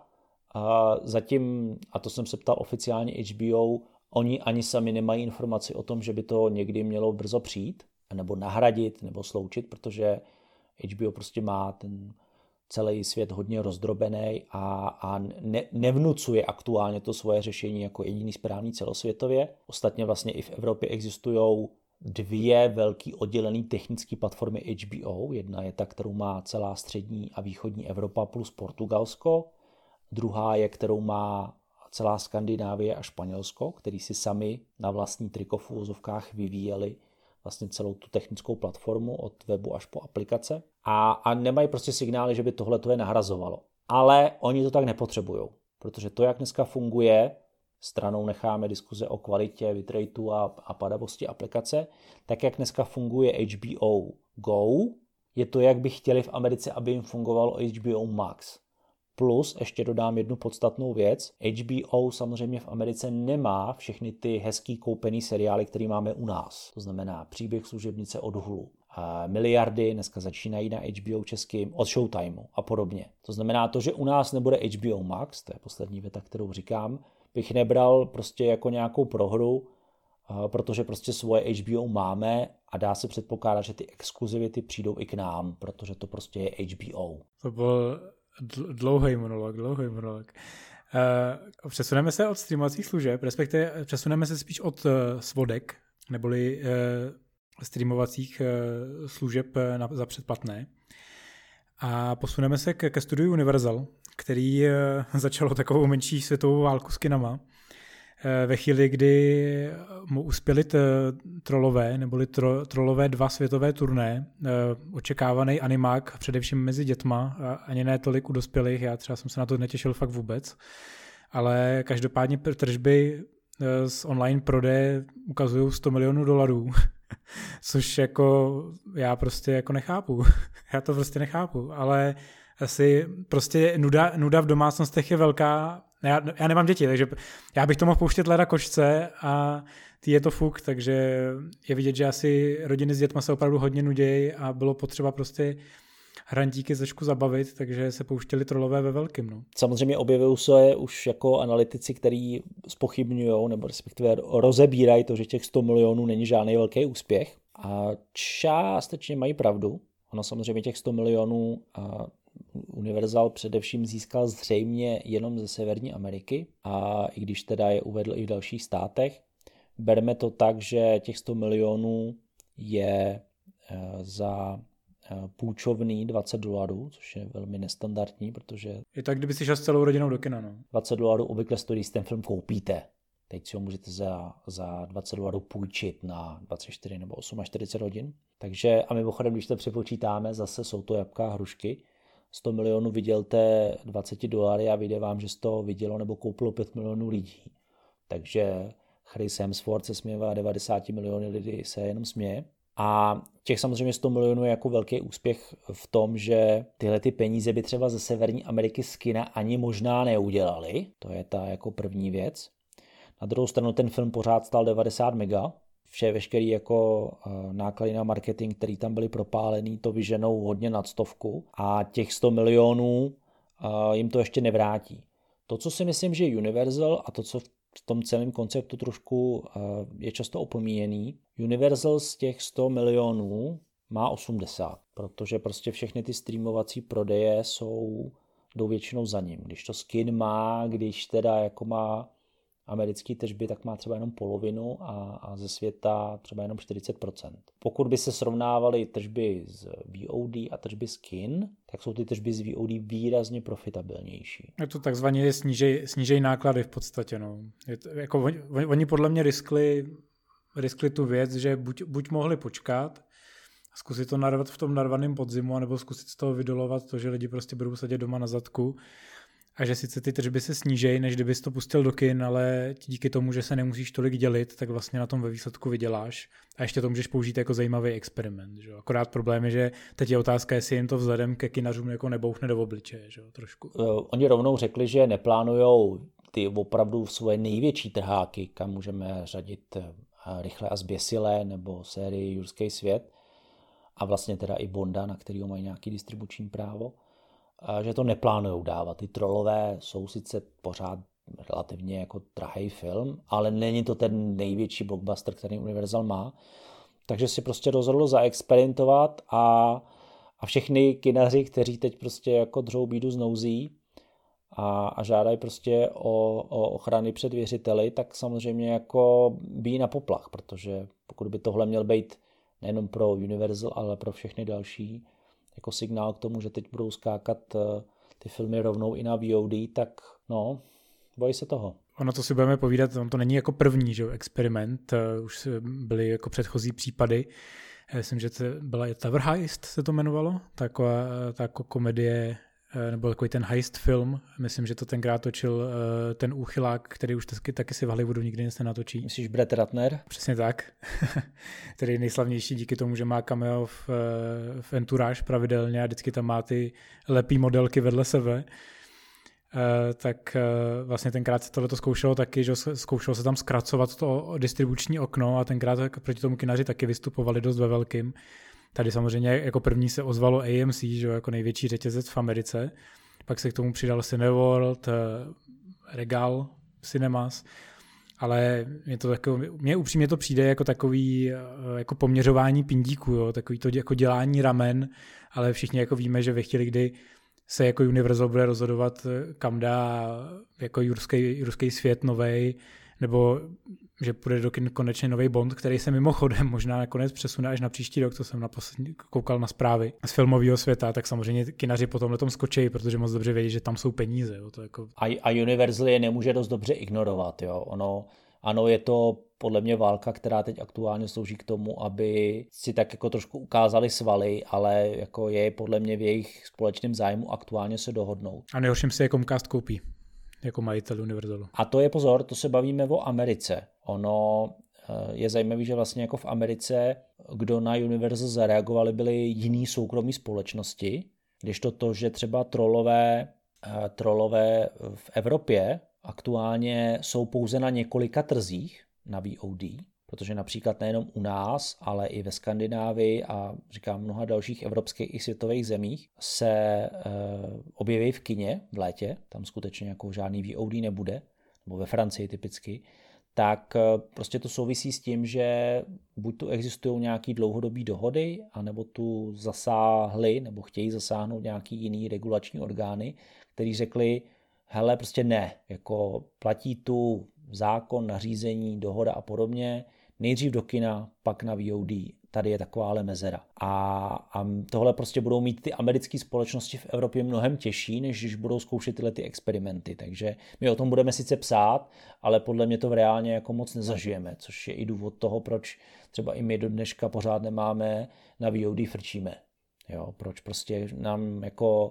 zatím, a to jsem se ptal oficiálně HBO, oni ani sami nemají informaci o tom, že by to někdy mělo brzo přijít, nebo nahradit, nebo sloučit, protože HBO prostě má ten celý svět hodně rozdrobený a nevnucuje aktuálně to svoje řešení jako jediný správný celosvětově. Ostatně vlastně i v Evropě existují dvě velký oddělený technické platformy HBO. Jedna je ta, kterou má celá střední a východní Evropa plus Portugalsko. Druhá je, kterou má celá Skandinávie a Španělsko, který si sami na vlastní triko v uvozovkách vyvíjeli vlastně celou tu technickou platformu od webu až po aplikace a nemají prostě signály, že by tohle to je nahrazovalo. Ale oni to tak nepotřebujou, protože to, jak dneska funguje, stranou necháme diskuze o kvalitě, bitrateu a padavosti aplikace, tak jak dneska funguje HBO Go, je to, jak by chtěli v Americe, aby jim fungovalo HBO Max. Plus, ještě dodám jednu podstatnou věc, HBO samozřejmě v Americe nemá všechny ty hezký koupený seriály, které máme u nás. To znamená Příběh služebnice od Hulu. Miliardy dneska začínají na HBO českým od Showtimeu a podobně. To znamená to, že u nás nebude HBO Max, to je poslední věta, kterou říkám, bych nebral prostě jako nějakou prohru, protože prostě svoje HBO máme a dá se předpokládat, že ty exkluzivity přijdou i k nám, protože to prostě je HBO. To byl dlouhý monolog. Přesuneme se od streamovacích služeb, respektive přesuneme se spíš od svodek, neboli streamovacích služeb za předplatné. A posuneme se ke studiu Universal, který začalo takovou menší světovou válku s kinama. Ve chvíli, kdy mu uspěli trollové, neboli trollové 2 světové turné, očekávaný animák především mezi dětma, ani ne tolik u dospělých, já třeba jsem se na to netěšil fakt vůbec, ale každopádně tržby z online prodeje ukazují $100 milionů Což jako já prostě jako nechápu. Já to prostě nechápu, ale asi prostě nuda v domácnostech je velká. Já nemám děti, takže já bych to mohl pouštět leda kočce a ty je to fuk, takže je vidět, že asi rodiny s dětma se opravdu hodně nudějí a bylo potřeba prostě hrantíky trošku zabavit, takže se pouštěli trolové ve velkým. No. Samozřejmě objevují se už jako analytici, který zpochybňují nebo respektive rozebírají to, že těch 100 milionů není žádný velký úspěch. A částečně mají pravdu. Ono samozřejmě těch 100 milionů Universal především získal zřejmě jenom ze Severní Ameriky a i když teda je uvedl i v dalších státech, bereme to tak, že těch 100 milionů je za půjčovný $20, což je velmi nestandardní, protože... Je tak, kdyby si šel s celou rodinou do kina, no. $20 obvykle stojí, když ten film koupíte. Teď si ho můžete za $20 půjčit na 24 nebo 48 hodin. Takže a mimochodem, když to přepočítáme, zase jsou to jabka a hrušky. 100 milionů vydělte $20 a vyjde vám, že z toho vidělo nebo koupilo 5 milionů lidí. Takže Chris Hemsworth se směje a 90 miliony lidí se jenom směje. A těch samozřejmě 100 milionů je jako velký úspěch v tom, že tyhle ty peníze by třeba ze Severní Ameriky z kina ani možná neudělali. To je ta jako první věc. Na druhou stranu ten film pořád stál 90 mega. Veškerý jako náklady na marketing, který tam byly propálený, to vyženou hodně nad 100 a těch 100 milionů jim to ještě nevrátí. To, co si myslím, že Universal a to, co v tom celém konceptu trošku je často opomíjený, Universal z těch 100 milionů má 80, protože prostě všechny ty streamovací prodeje jdou většinou za ním. Když to Skin má, když teda jako má americký tržby, tak má třeba jenom polovinu a ze světa třeba jenom 40%. Pokud by se srovnávaly tržby z VOD a tržby z kin, tak jsou ty tržby z VOD výrazně profitabilnější. Je to takzvaně snížej náklady v podstatě. No. Jako oni podle mě riskli tu věc, že buď mohli počkat a zkusit to narvat v tom narvaném podzimu, anebo zkusit z toho vydolovat to, že lidi prostě budou sedět doma na zadku a že sice ty tržby se snížejí, než kdybys to pustil do kin, ale díky tomu, že se nemusíš tolik dělit, tak vlastně na tom ve výsledku vyděláš a ještě to můžeš použít jako zajímavý experiment. Že? Akorát problém je, že teď je otázka, jestli jim to vzhledem ke kinařům jako nebouchne do obličeje. Že? Trošku. Oni rovnou řekli, že neplánujou ty opravdu svoje největší trháky, kam můžeme řadit Rychle a zběsilé nebo sérii Jurský svět a vlastně teda i Bonda, na kterého mají nějaký distribuční právo, že to neplánujou dávat. Ty Trollové jsou sice pořád relativně jako drahý film, ale není to ten největší blockbuster, který Universal má. Takže si prostě rozhodl zaexperimentovat a všechny kinaři, kteří teď prostě jako dřou bídu z nouzí a žádají prostě o ochrany před věřiteli, tak samozřejmě jako bíjí na poplach, protože pokud by tohle měl být nejenom pro Universal, ale pro všechny další, jako signál k tomu, že teď budou skákat ty filmy rovnou i na VOD, tak no, bojí se toho. Ono to si budeme povídat, on to není jako první, že experiment, už byly jako předchozí případy. Já myslím, že to byla Tower Heist, se to jmenovalo, ta komedie, nebo takový ten heist film. Myslím, že to tenkrát točil ten úchylák, který už taky si v Hollywoodu nikdy nic nenatočí. Myslíš Brett Ratner? Přesně tak. Který je nejslavnější díky tomu, že má cameo v Entourage pravidelně a vždycky tam má ty lepý modelky vedle sebe. Tak vlastně tenkrát se tohleto zkoušelo taky, že zkoušelo se tam zkracovat to distribuční okno a tenkrát proti tomu kinaři taky vystupovali dost ve velkým. Tady samozřejmě jako první se ozvalo AMC, že jako největší řetězec v Americe. Pak se k tomu přidal Cineworld, Regal Cinemas. Ale mně upřímně to přijde jako takový jako poměřování pindíků, jo? Takový to jako dělání ramen, ale všichni jako víme, že ve chvíli, kdy se jako Universal bude rozhodovat, kam dá jako jurský svět novej, nebo že půjde do kin konečně nový Bond, který se mimochodem možná nakonec přesune až na příští rok, to jsem koukal na zprávy z filmového světa, tak samozřejmě kinaři po tomhletom skočí, protože moc dobře vědí, že tam jsou peníze. Jo, to jako... A Universal je nemůže dost dobře ignorovat. Jo. Ano, je to podle mě válka, která teď aktuálně slouží k tomu, aby si tak jako trošku ukázali svaly, ale jako je podle mě v jejich společném zájmu aktuálně se dohodnout. A nejhorším si je Comcast koupí jako majitel Universalu. A to je pozor, to se bavíme o Americe. Ono je zajímavé, že vlastně jako v Americe kdo na Universal zareagovali, byly jiný soukromí společnosti, kdežto to, že třeba trolové v Evropě aktuálně jsou pouze na několika trzích na VOD, protože například nejenom u nás, ale i ve Skandinávii a říkám mnoha dalších evropských i světových zemích se objeví v kině v létě, tam skutečně jako žádný VOD nebude, nebo ve Francii typicky, tak prostě to souvisí s tím, že buď tu existují nějaké dlouhodobé dohody, anebo tu zasáhly, nebo chtějí zasáhnout nějaký jiný regulační orgány, který řekli, hele, prostě ne, jako platí tu zákon, nařízení, dohoda a podobně, nejdřív do kina, pak na VOD. Tady je takováhle mezera. A tohle prostě budou mít ty americké společnosti v Evropě mnohem těžší, než když budou zkoušet tyhle ty experimenty. Takže my o tom budeme sice psát, ale podle mě to v reálně jako moc nezažijeme, což je i důvod toho, proč třeba i my do dneška pořád nemáme na VOD frčíme. Jo, proč prostě nám jako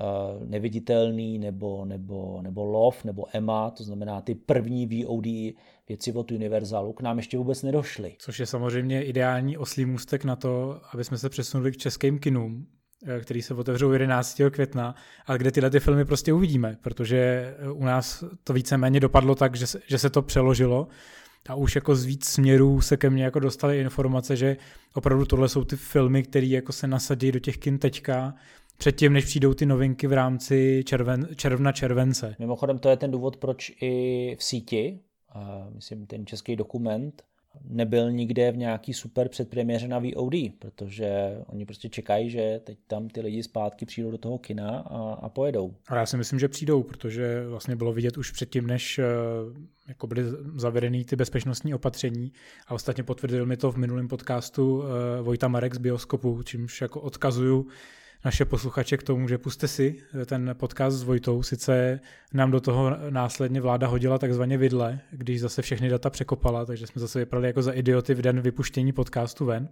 Neviditelný nebo Love nebo Emma, to znamená ty první VOD věci od Universalu, k nám ještě vůbec nedošly. Což je samozřejmě ideální oslí můstek na to, aby jsme se přesunuli k českým kinům, který se otevřou 11. května, ale kde tyhle ty filmy prostě uvidíme, protože u nás to víceméně dopadlo tak, že se to přeložilo a už jako z víc směrů se ke mně jako dostaly informace, že opravdu tohle jsou ty filmy, které jako se nasadí do těch kin teďka, předtím, než přijdou ty novinky v rámci června-července. Mimochodem to je ten důvod, proč i v síti, myslím ten český dokument, nebyl nikde v nějaký super předpremiéře na VOD, protože oni prostě čekají, že teď tam ty lidi zpátky přijdou do toho kina a pojedou. A já si myslím, že přijdou, protože vlastně bylo vidět už předtím, než jako byly zavedeny ty bezpečnostní opatření a ostatně potvrdil mi to v minulém podcastu Vojta Marek z Bioskopu, čímž jako odkazuju naše posluchače k tomu, že puste si ten podcast s Vojtou, sice nám do toho následně vláda hodila takzvaně vidle, když zase všechny data překopala, takže jsme zase vypadali jako za idioty v den vypuštění podcastu ven.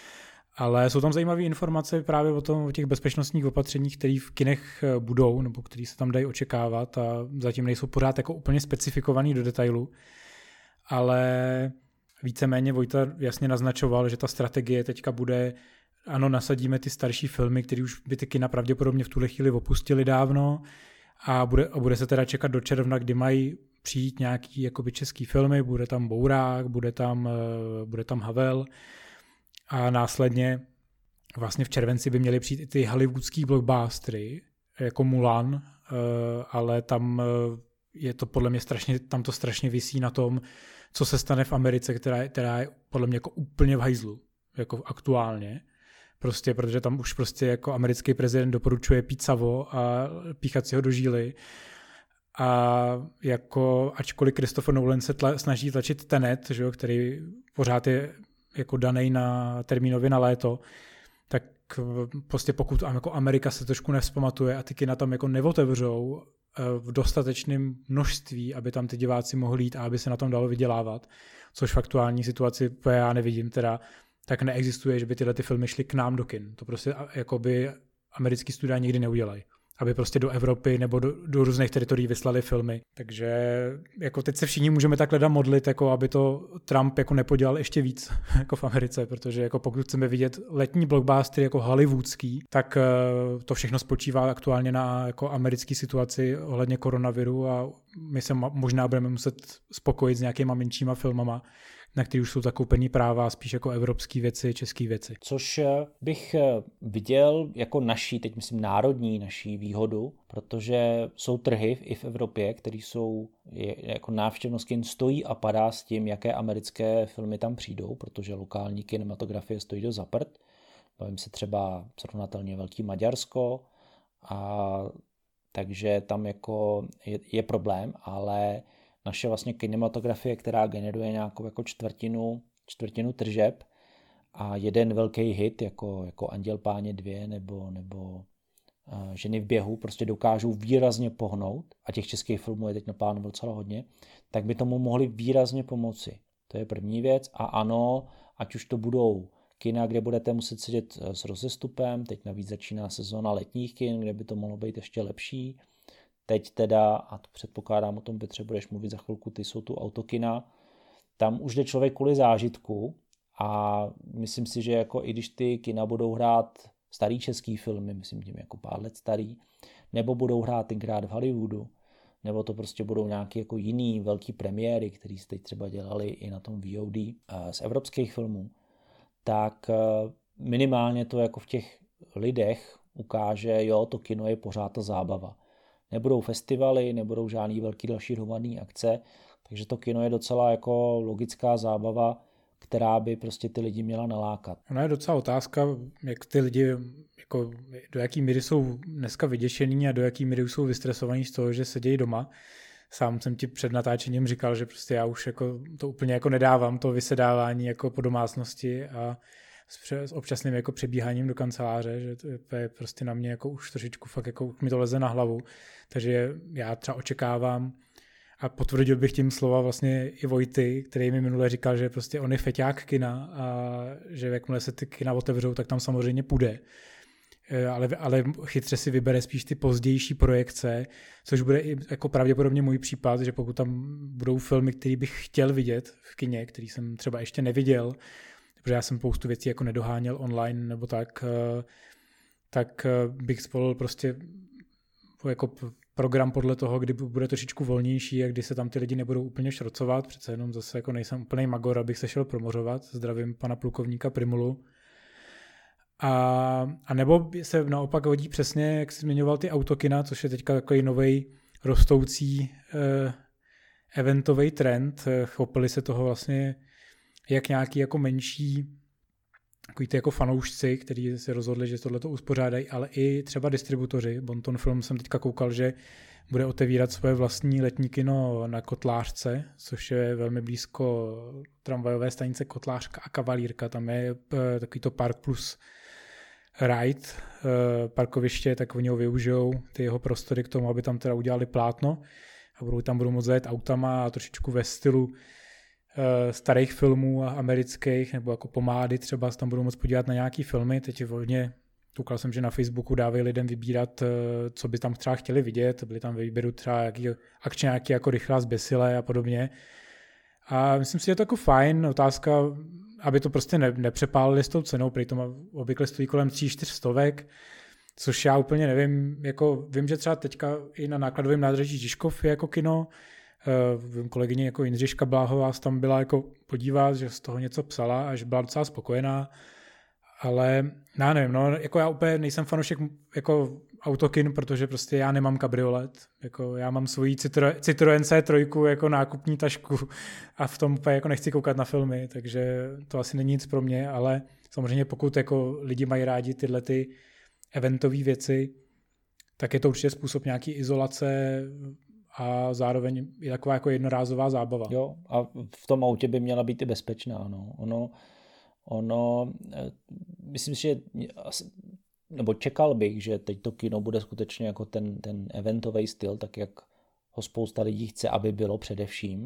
Ale jsou tam zajímavé informace právě o těch bezpečnostních opatřeních, které v kinech budou, nebo které se tam dají očekávat a zatím nejsou pořád jako úplně specifikovaný do detailu, ale víceméně Vojta jasně naznačoval, že ta strategie teďka bude ano, nasadíme ty starší filmy, které už by ty kina pravděpodobně v tuhle chvíli opustili dávno a bude se teda čekat do června, kdy mají přijít nějaký jakoby český filmy, bude tam Bourák, bude tam Havel a následně vlastně v červenci by měly přijít i ty hollywoodský blockbustery, jako Mulan, ale tam je to podle mě tam to strašně visí na tom, co se stane v Americe, která je podle mě jako úplně v hajzlu, jako aktuálně. Prostě, protože tam už prostě jako americký prezident doporučuje pít savo a píchat si ho do žíly. A jako ačkoliv Christopher Nolan se snaží tlačit Tenet, že jo, který pořád je jako danej na termínově na léto, tak prostě pokud jako Amerika se trošku nevzpamatuje a ty kina tam jako neotevřou v dostatečném množství, aby tam ty diváci mohli jít a aby se na tom dalo vydělávat, což v aktuální situaci já nevidím teda, tak neexistuje, že by tyhle ty filmy šly k nám do kin. To prostě jakoby americký studia nikdy neudělají. Aby prostě do Evropy nebo do různých teritorií vyslali filmy. Takže jako teď se všichni můžeme takhle modlit, jako aby to Trump jako nepodělal ještě víc jako v Americe, protože jako pokud chceme vidět letní blockbustery jako hollywoodský, tak to všechno spočívá aktuálně na jako americké situaci ohledně koronaviru a my se možná budeme muset spokojit s nějakýma menšíma filmama, na který už jsou zakoupený práva, spíš jako evropské věci, české věci. Což bych viděl jako teď myslím naší výhodu, protože jsou trhy i v Evropě, které jsou jako návštěvnost kin stojí a padá s tím, jaké americké filmy tam přijdou, protože lokální kinematografie stojí do zaprt. Bavím se třeba srovnatelně velký Maďarsko, a takže tam jako je problém, ale naše vlastně kinematografie, která generuje nějakou jako čtvrtinu tržeb a jeden velký hit, jako Anděl Páně 2 nebo Ženy v běhu, prostě dokážou výrazně pohnout, a těch českých filmů je teď naplánováno docela hodně, tak by tomu mohli výrazně pomoci. To je první věc. A ano, ať už to budou kina, kde budete muset sedět s rozestupem, teď navíc začíná sezóna letních kin, kde by to mohlo být ještě lepší. Teď teda, a to předpokládám, o tom Petře budeš mluvit za chvilku, ty jsou tu autokina, tam už jde člověk kvůli zážitku A myslím si, že jako i když ty kina budou hrát starý český filmy, myslím tím jako pár let starý, nebo budou hrát tenkrát v Hollywoodu, nebo to prostě budou nějaké jako jiný velký premiéry, které se teď třeba dělali i na tom VOD z evropských filmů, tak minimálně to jako v těch lidech ukáže, jo, to kino je pořád ta zábava. Nebudou festivaly, nebudou žádný velký další hromadný akce, takže to kino je docela jako logická zábava, která by prostě ty lidi měla nalákat. Ono je docela otázka, jak ty lidi, jako do jaký míry jsou dneska vyděšený a do jaký míry jsou vystresovaní z toho, že sedějí doma. Sám jsem ti před natáčením říkal, že prostě já už jako to úplně jako nedávám, to vysedávání jako po domácnosti a s občasným jako přebíháním do kanceláře, že to je prostě na mě jako už trošičku fakt jako mi to leze na hlavu. Takže já třeba očekávám a potvrdil bych tím slova vlastně i Vojty, který mi minule říkal, že prostě on je feťák kina a že jakmile se ty kina otevřou, tak tam samozřejmě půjde. Ale chytře si vybere spíš ty pozdější projekce, což bude i jako pravděpodobně můj případ, že pokud tam budou filmy, které bych chtěl vidět v kině, který jsem třeba ještě neviděl, protože já jsem spoustu věcí jako nedoháněl online nebo tak bych zvolil prostě jako program podle toho, kdy bude trošičku volnější a kdy se tam ty lidi nebudou úplně šrocovat. Přece jenom zase jako nejsem úplnej magor, abych se šel promořovat. Zdravím pana plukovníka Primulu. A nebo se naopak hodí přesně, jak jsi zmiňoval, ty autokina, což je teďka takový novej rostoucí eventový trend. Chopili se toho vlastně jak nějaký jako menší takový ty jako fanoušci, kteří se rozhodli, že tohleto uspořádají, ale i třeba distributoři. Bonton Film jsem teďka koukal, že bude otevírat svoje vlastní letní kino na Kotlářce, což je velmi blízko tramvajové stanice Kotlářka a Kavalírka. Tam je takový to Park plus Ride parkoviště, tak oni ho využijou, ty jeho prostory k tomu, aby tam teda udělali plátno a budou moct zajet autama a trošičku ve stylu starých filmů amerických, nebo jako pomády třeba, tam budou moct podívat na nějaký filmy. Teď je hodně, koukal jsem, že na Facebooku dávají lidem vybírat, co by tam třeba chtěli vidět, byly tam výběru třeba akčně nějaký jako Rychlá zběsile a podobně. A myslím si, že je to jako fajn, otázka, aby to prostě nepřepálili s tou cenou, protože to obvykle stojí kolem 3-4 stovek, což já úplně nevím, jako vím, že třeba teďka i na nákladovém nádraží Žižkov je jako kino, kolegyně jako Jindřiška Bláhová tam byla jako podívat, že z toho něco psala a že byla docela spokojená, ale já nevím, no, jako já úplně nejsem fanoušek jako autokin, protože prostě já nemám kabriolet, jako já mám svoji Citroën C3 jako nákupní tašku a v tom úplně jako nechci koukat na filmy, takže to asi není nic pro mě, ale samozřejmě pokud jako lidi mají rádi tyhle ty eventové věci, tak je to určitě způsob nějaký izolace a zároveň je taková jako jednorázová zábava. Jo, a v tom autě by měla být i bezpečná. No. Ono, myslím si, že nebo čekal bych, že teď to kino bude skutečně jako ten eventový styl, tak jak ho spousta lidí chce, aby bylo především.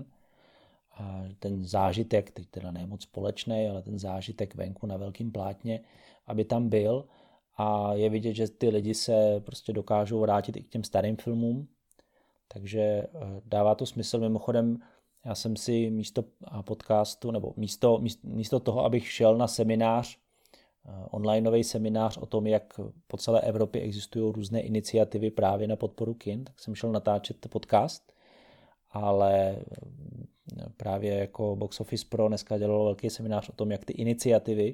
A ten zážitek, teď teda ne moc společný, ale ten zážitek venku na velkém plátně, aby tam byl. A je vidět, že ty lidi se prostě dokážou vrátit i k těm starým filmům. Takže dává to smysl. Mimochodem, já jsem si místo podcastu, nebo místo toho, abych šel na seminář, onlineový seminář o tom, jak po celé Evropě existují různé iniciativy právě na podporu kin, tak jsem šel natáčet podcast, ale právě jako Box Office Pro dneska dělalo velký seminář o tom, jak ty iniciativy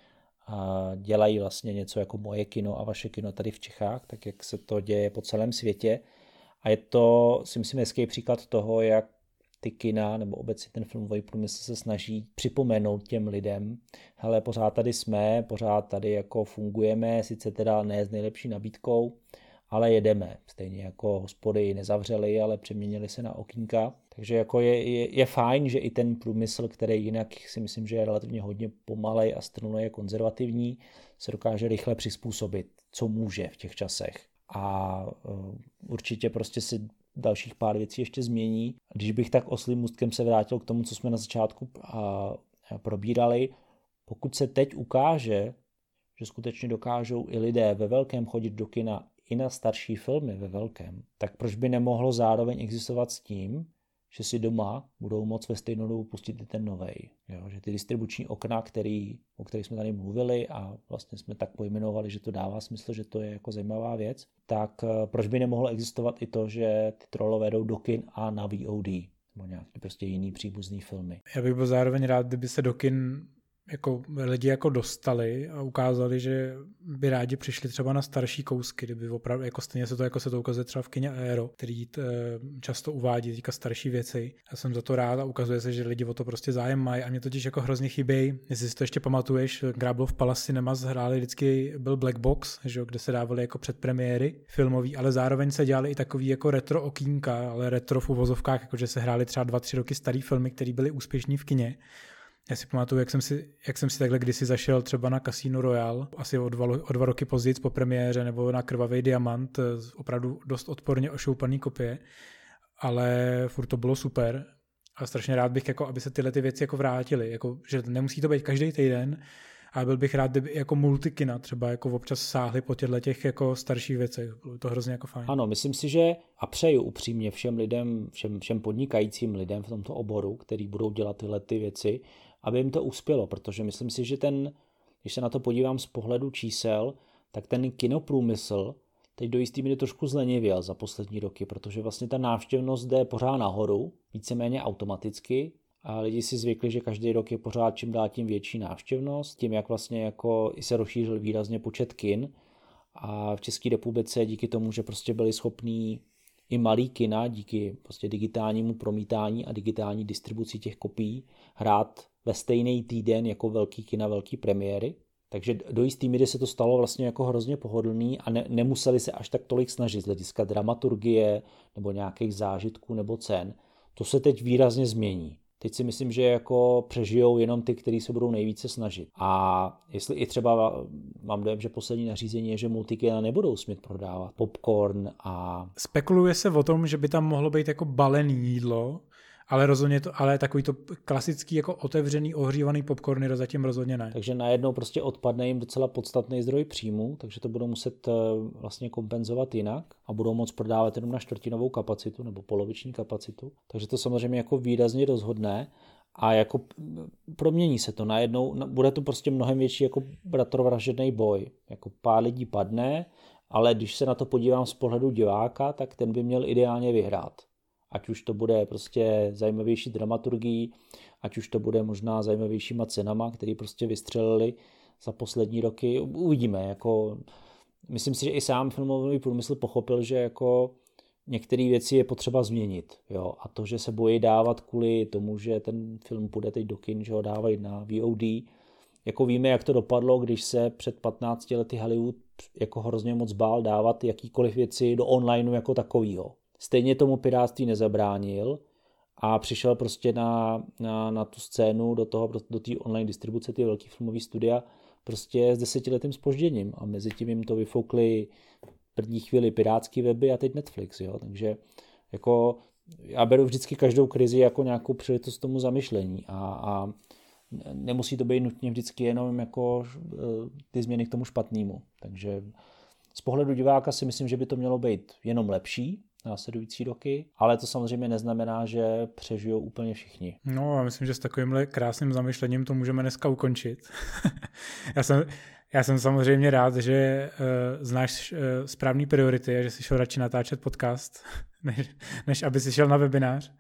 dělají vlastně něco jako moje kino a vaše kino tady v Čechách, tak jak se to děje po celém světě. A je to, si myslím, hezký příklad toho, jak ty kina nebo obecně ten filmový průmysl se snaží připomenout těm lidem, hele, pořád tady jsme, pořád tady jako fungujeme, sice teda ne s nejlepší nabídkou, ale jedeme. Stejně jako hospody nezavřely, ale přeměnili se na okýnka. Takže jako je fajn, že i ten průmysl, který jinak si myslím, že je relativně hodně pomalej a strnulej, je konzervativní, se dokáže rychle přizpůsobit, co může v těch časech. A určitě prostě si dalších pár věcí ještě změní. Když bych tak oslým můstkem se vrátil k tomu, co jsme na začátku probírali, pokud se teď ukáže, že skutečně dokážou i lidé ve velkém chodit do kina i na starší filmy ve velkém, tak proč by nemohlo zároveň existovat s tím, že si doma budou moct ve stejnou dobu pustit i ten novej. Jo? Že ty distribuční okna, o kterých jsme tady mluvili a vlastně jsme tak pojmenovali, že to dává smysl, že to je jako zajímavá věc, tak proč by nemohlo existovat i to, že ty Trollové jdou do kin a na VOD nebo nějaký prostě jiný příbuzný filmy. Já bych byl zároveň rád, kdyby se do kin jako lidi jako dostali a ukázali, že by rádi přišli třeba na starší kousky, kdyby opravdu, jako stejně se to ukazuje třeba v kině Aero, který často uvádí teďka starší věci. Já jsem za to rád a ukazuje se, že lidi o to prostě zájem mají a mě totiž jako hrozně chybějí. Jestli si to ještě pamatuješ, Gráblo v Palace Cinemas hráli vždycky, byl Black Box, že, kde se dávaly jako předpremiéry filmový, ale zároveň se dělali i takový jako retro okýnka, ale retro v uvozovkách, jakože se hráli třeba 2-3 roky starý filmy, které byly úspěšní v kině. Já si pamatuju, jak jsem si takhle kdysi zašel třeba na Casino Royale, asi o 2 roky později po premiéře, nebo na Krvavý diamant, opravdu dost odporně ošoupaný kopie, ale furt to bylo super a strašně rád bych, jako, aby se tyhle ty věci jako vrátily, jako, že nemusí to být každý týden, ale byl bych rád, kdyby jako multikina třeba jako občas sáhly po těch jako starších věcech. Bylo to hrozně jako fajn. Ano, myslím si, že a přeju upřímně všem lidem, všem podnikajícím lidem v tomto oboru, který budou dělat tyhle ty věci, aby jim to uspělo, protože myslím si, že když se na to podívám z pohledu čísel, tak ten kinoprůmysl teď do jistý míry trošku zlenivěl za poslední roky, protože vlastně ta návštěvnost jde pořád nahoru, víceméně automaticky, a lidi si zvykli, že každý rok je pořád čím dál tím větší návštěvnost, tím jak vlastně jako i se rozšířil výrazně počet kin a v České republice díky tomu, že prostě byli schopní i malý kina díky prostě digitálnímu promítání a digitální distribuci těch kopií hrát ve stejný týden jako velký kina, velký premiéry. Takže do jistý míry se to stalo vlastně jako hrozně pohodlný a nemuseli se až tak tolik snažit z hlediska dramaturgie nebo nějakých zážitků nebo cen. To se teď výrazně změní. Teď si myslím, že jako přežijou jenom ty, kteří se budou nejvíce snažit. A jestli i třeba mám dojem, že poslední nařízení je, že multikina nebudou smět prodávat popcorn a... Spekuluje se o tom, že by tam mohlo být jako balený jídlo, ale rozhodně ale takový to klasický jako otevřený, ohřívaný popcorny zatím rozhodně ne. Takže najednou prostě odpadne jim docela podstatný zdroj příjmu, takže to budou muset vlastně kompenzovat jinak a budou moct prodávat jenom na čtvrtinovou kapacitu nebo poloviční kapacitu. Takže to samozřejmě jako výrazně rozhodne a jako promění se to najednou, bude to prostě mnohem větší jako bratrovražedný boj. Jako pár lidí padne, ale když se na to podívám z pohledu diváka, tak ten by měl ideálně vyhrát. Ať už to bude prostě zajímavější dramaturgií, ať už to bude možná zajímavějšíma cenama, které prostě vystřelili za poslední roky. Uvidíme. Jako, myslím si, že i sám filmový průmysl pochopil, že jako některé věci je potřeba změnit. Jo? A to, že se bojí dávat kvůli tomu, že ten film půjde teď do kin, že ho dávají na VOD. Jako víme, jak to dopadlo, když se před 15 lety Hollywood jako hrozně moc bál dávat jakýkoliv věci do onlineu jako takovýho. Stejně tomu pirátství nezabránil a přišel prostě na tu scénu do té online distribuce, ty velký filmový studia prostě s 10letým zpožděním a mezi tím jim to vyfoukli první chvíli pirátský weby a teď Netflix, jo, takže jako já beru vždycky každou krizi jako nějakou příležitost tomu zamyšlení a nemusí to být nutně vždycky jenom jako ty změny k tomu špatnému, takže z pohledu diváka si myslím, že by to mělo být jenom lepší následující roky, ale to samozřejmě neznamená, že přežijou úplně všichni. No a myslím, že s takovýmhle krásným zamyšlením to můžeme dneska ukončit. Já jsem samozřejmě rád, že znáš správný priority a že jsi šel radši natáčet podcast, než aby si šel na webinář.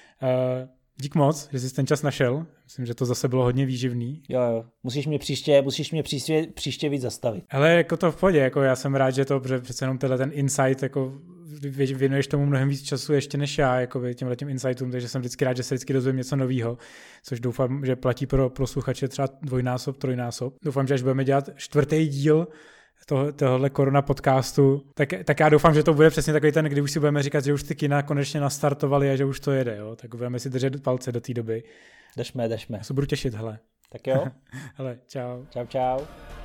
Dík moc, že jsi ten čas našel. Myslím, že to zase bylo hodně výživný. Jo. Musíš mě příště víc zastavit. Ale jako to v pohodě, jako já jsem rád, že to přece jenom ten insight, jako věnuješ tomu mnohem víc času ještě než já, jako těmhletěm insightům, takže jsem vždycky rád, že se vždycky dozvím něco nového, což doufám, že platí pro posluchače třeba 2x, 3x. Doufám, že až budeme dělat 4. díl tohohle korona podcastu, tak já doufám, že to bude přesně takový ten, kdy už si budeme říkat, že už ty kina konečně nastartovaly a že už to jede, jo? Tak budeme si držet palce do té doby. Držme. Já se budu těšit, hele. Tak jo. Hele, čau. Čau.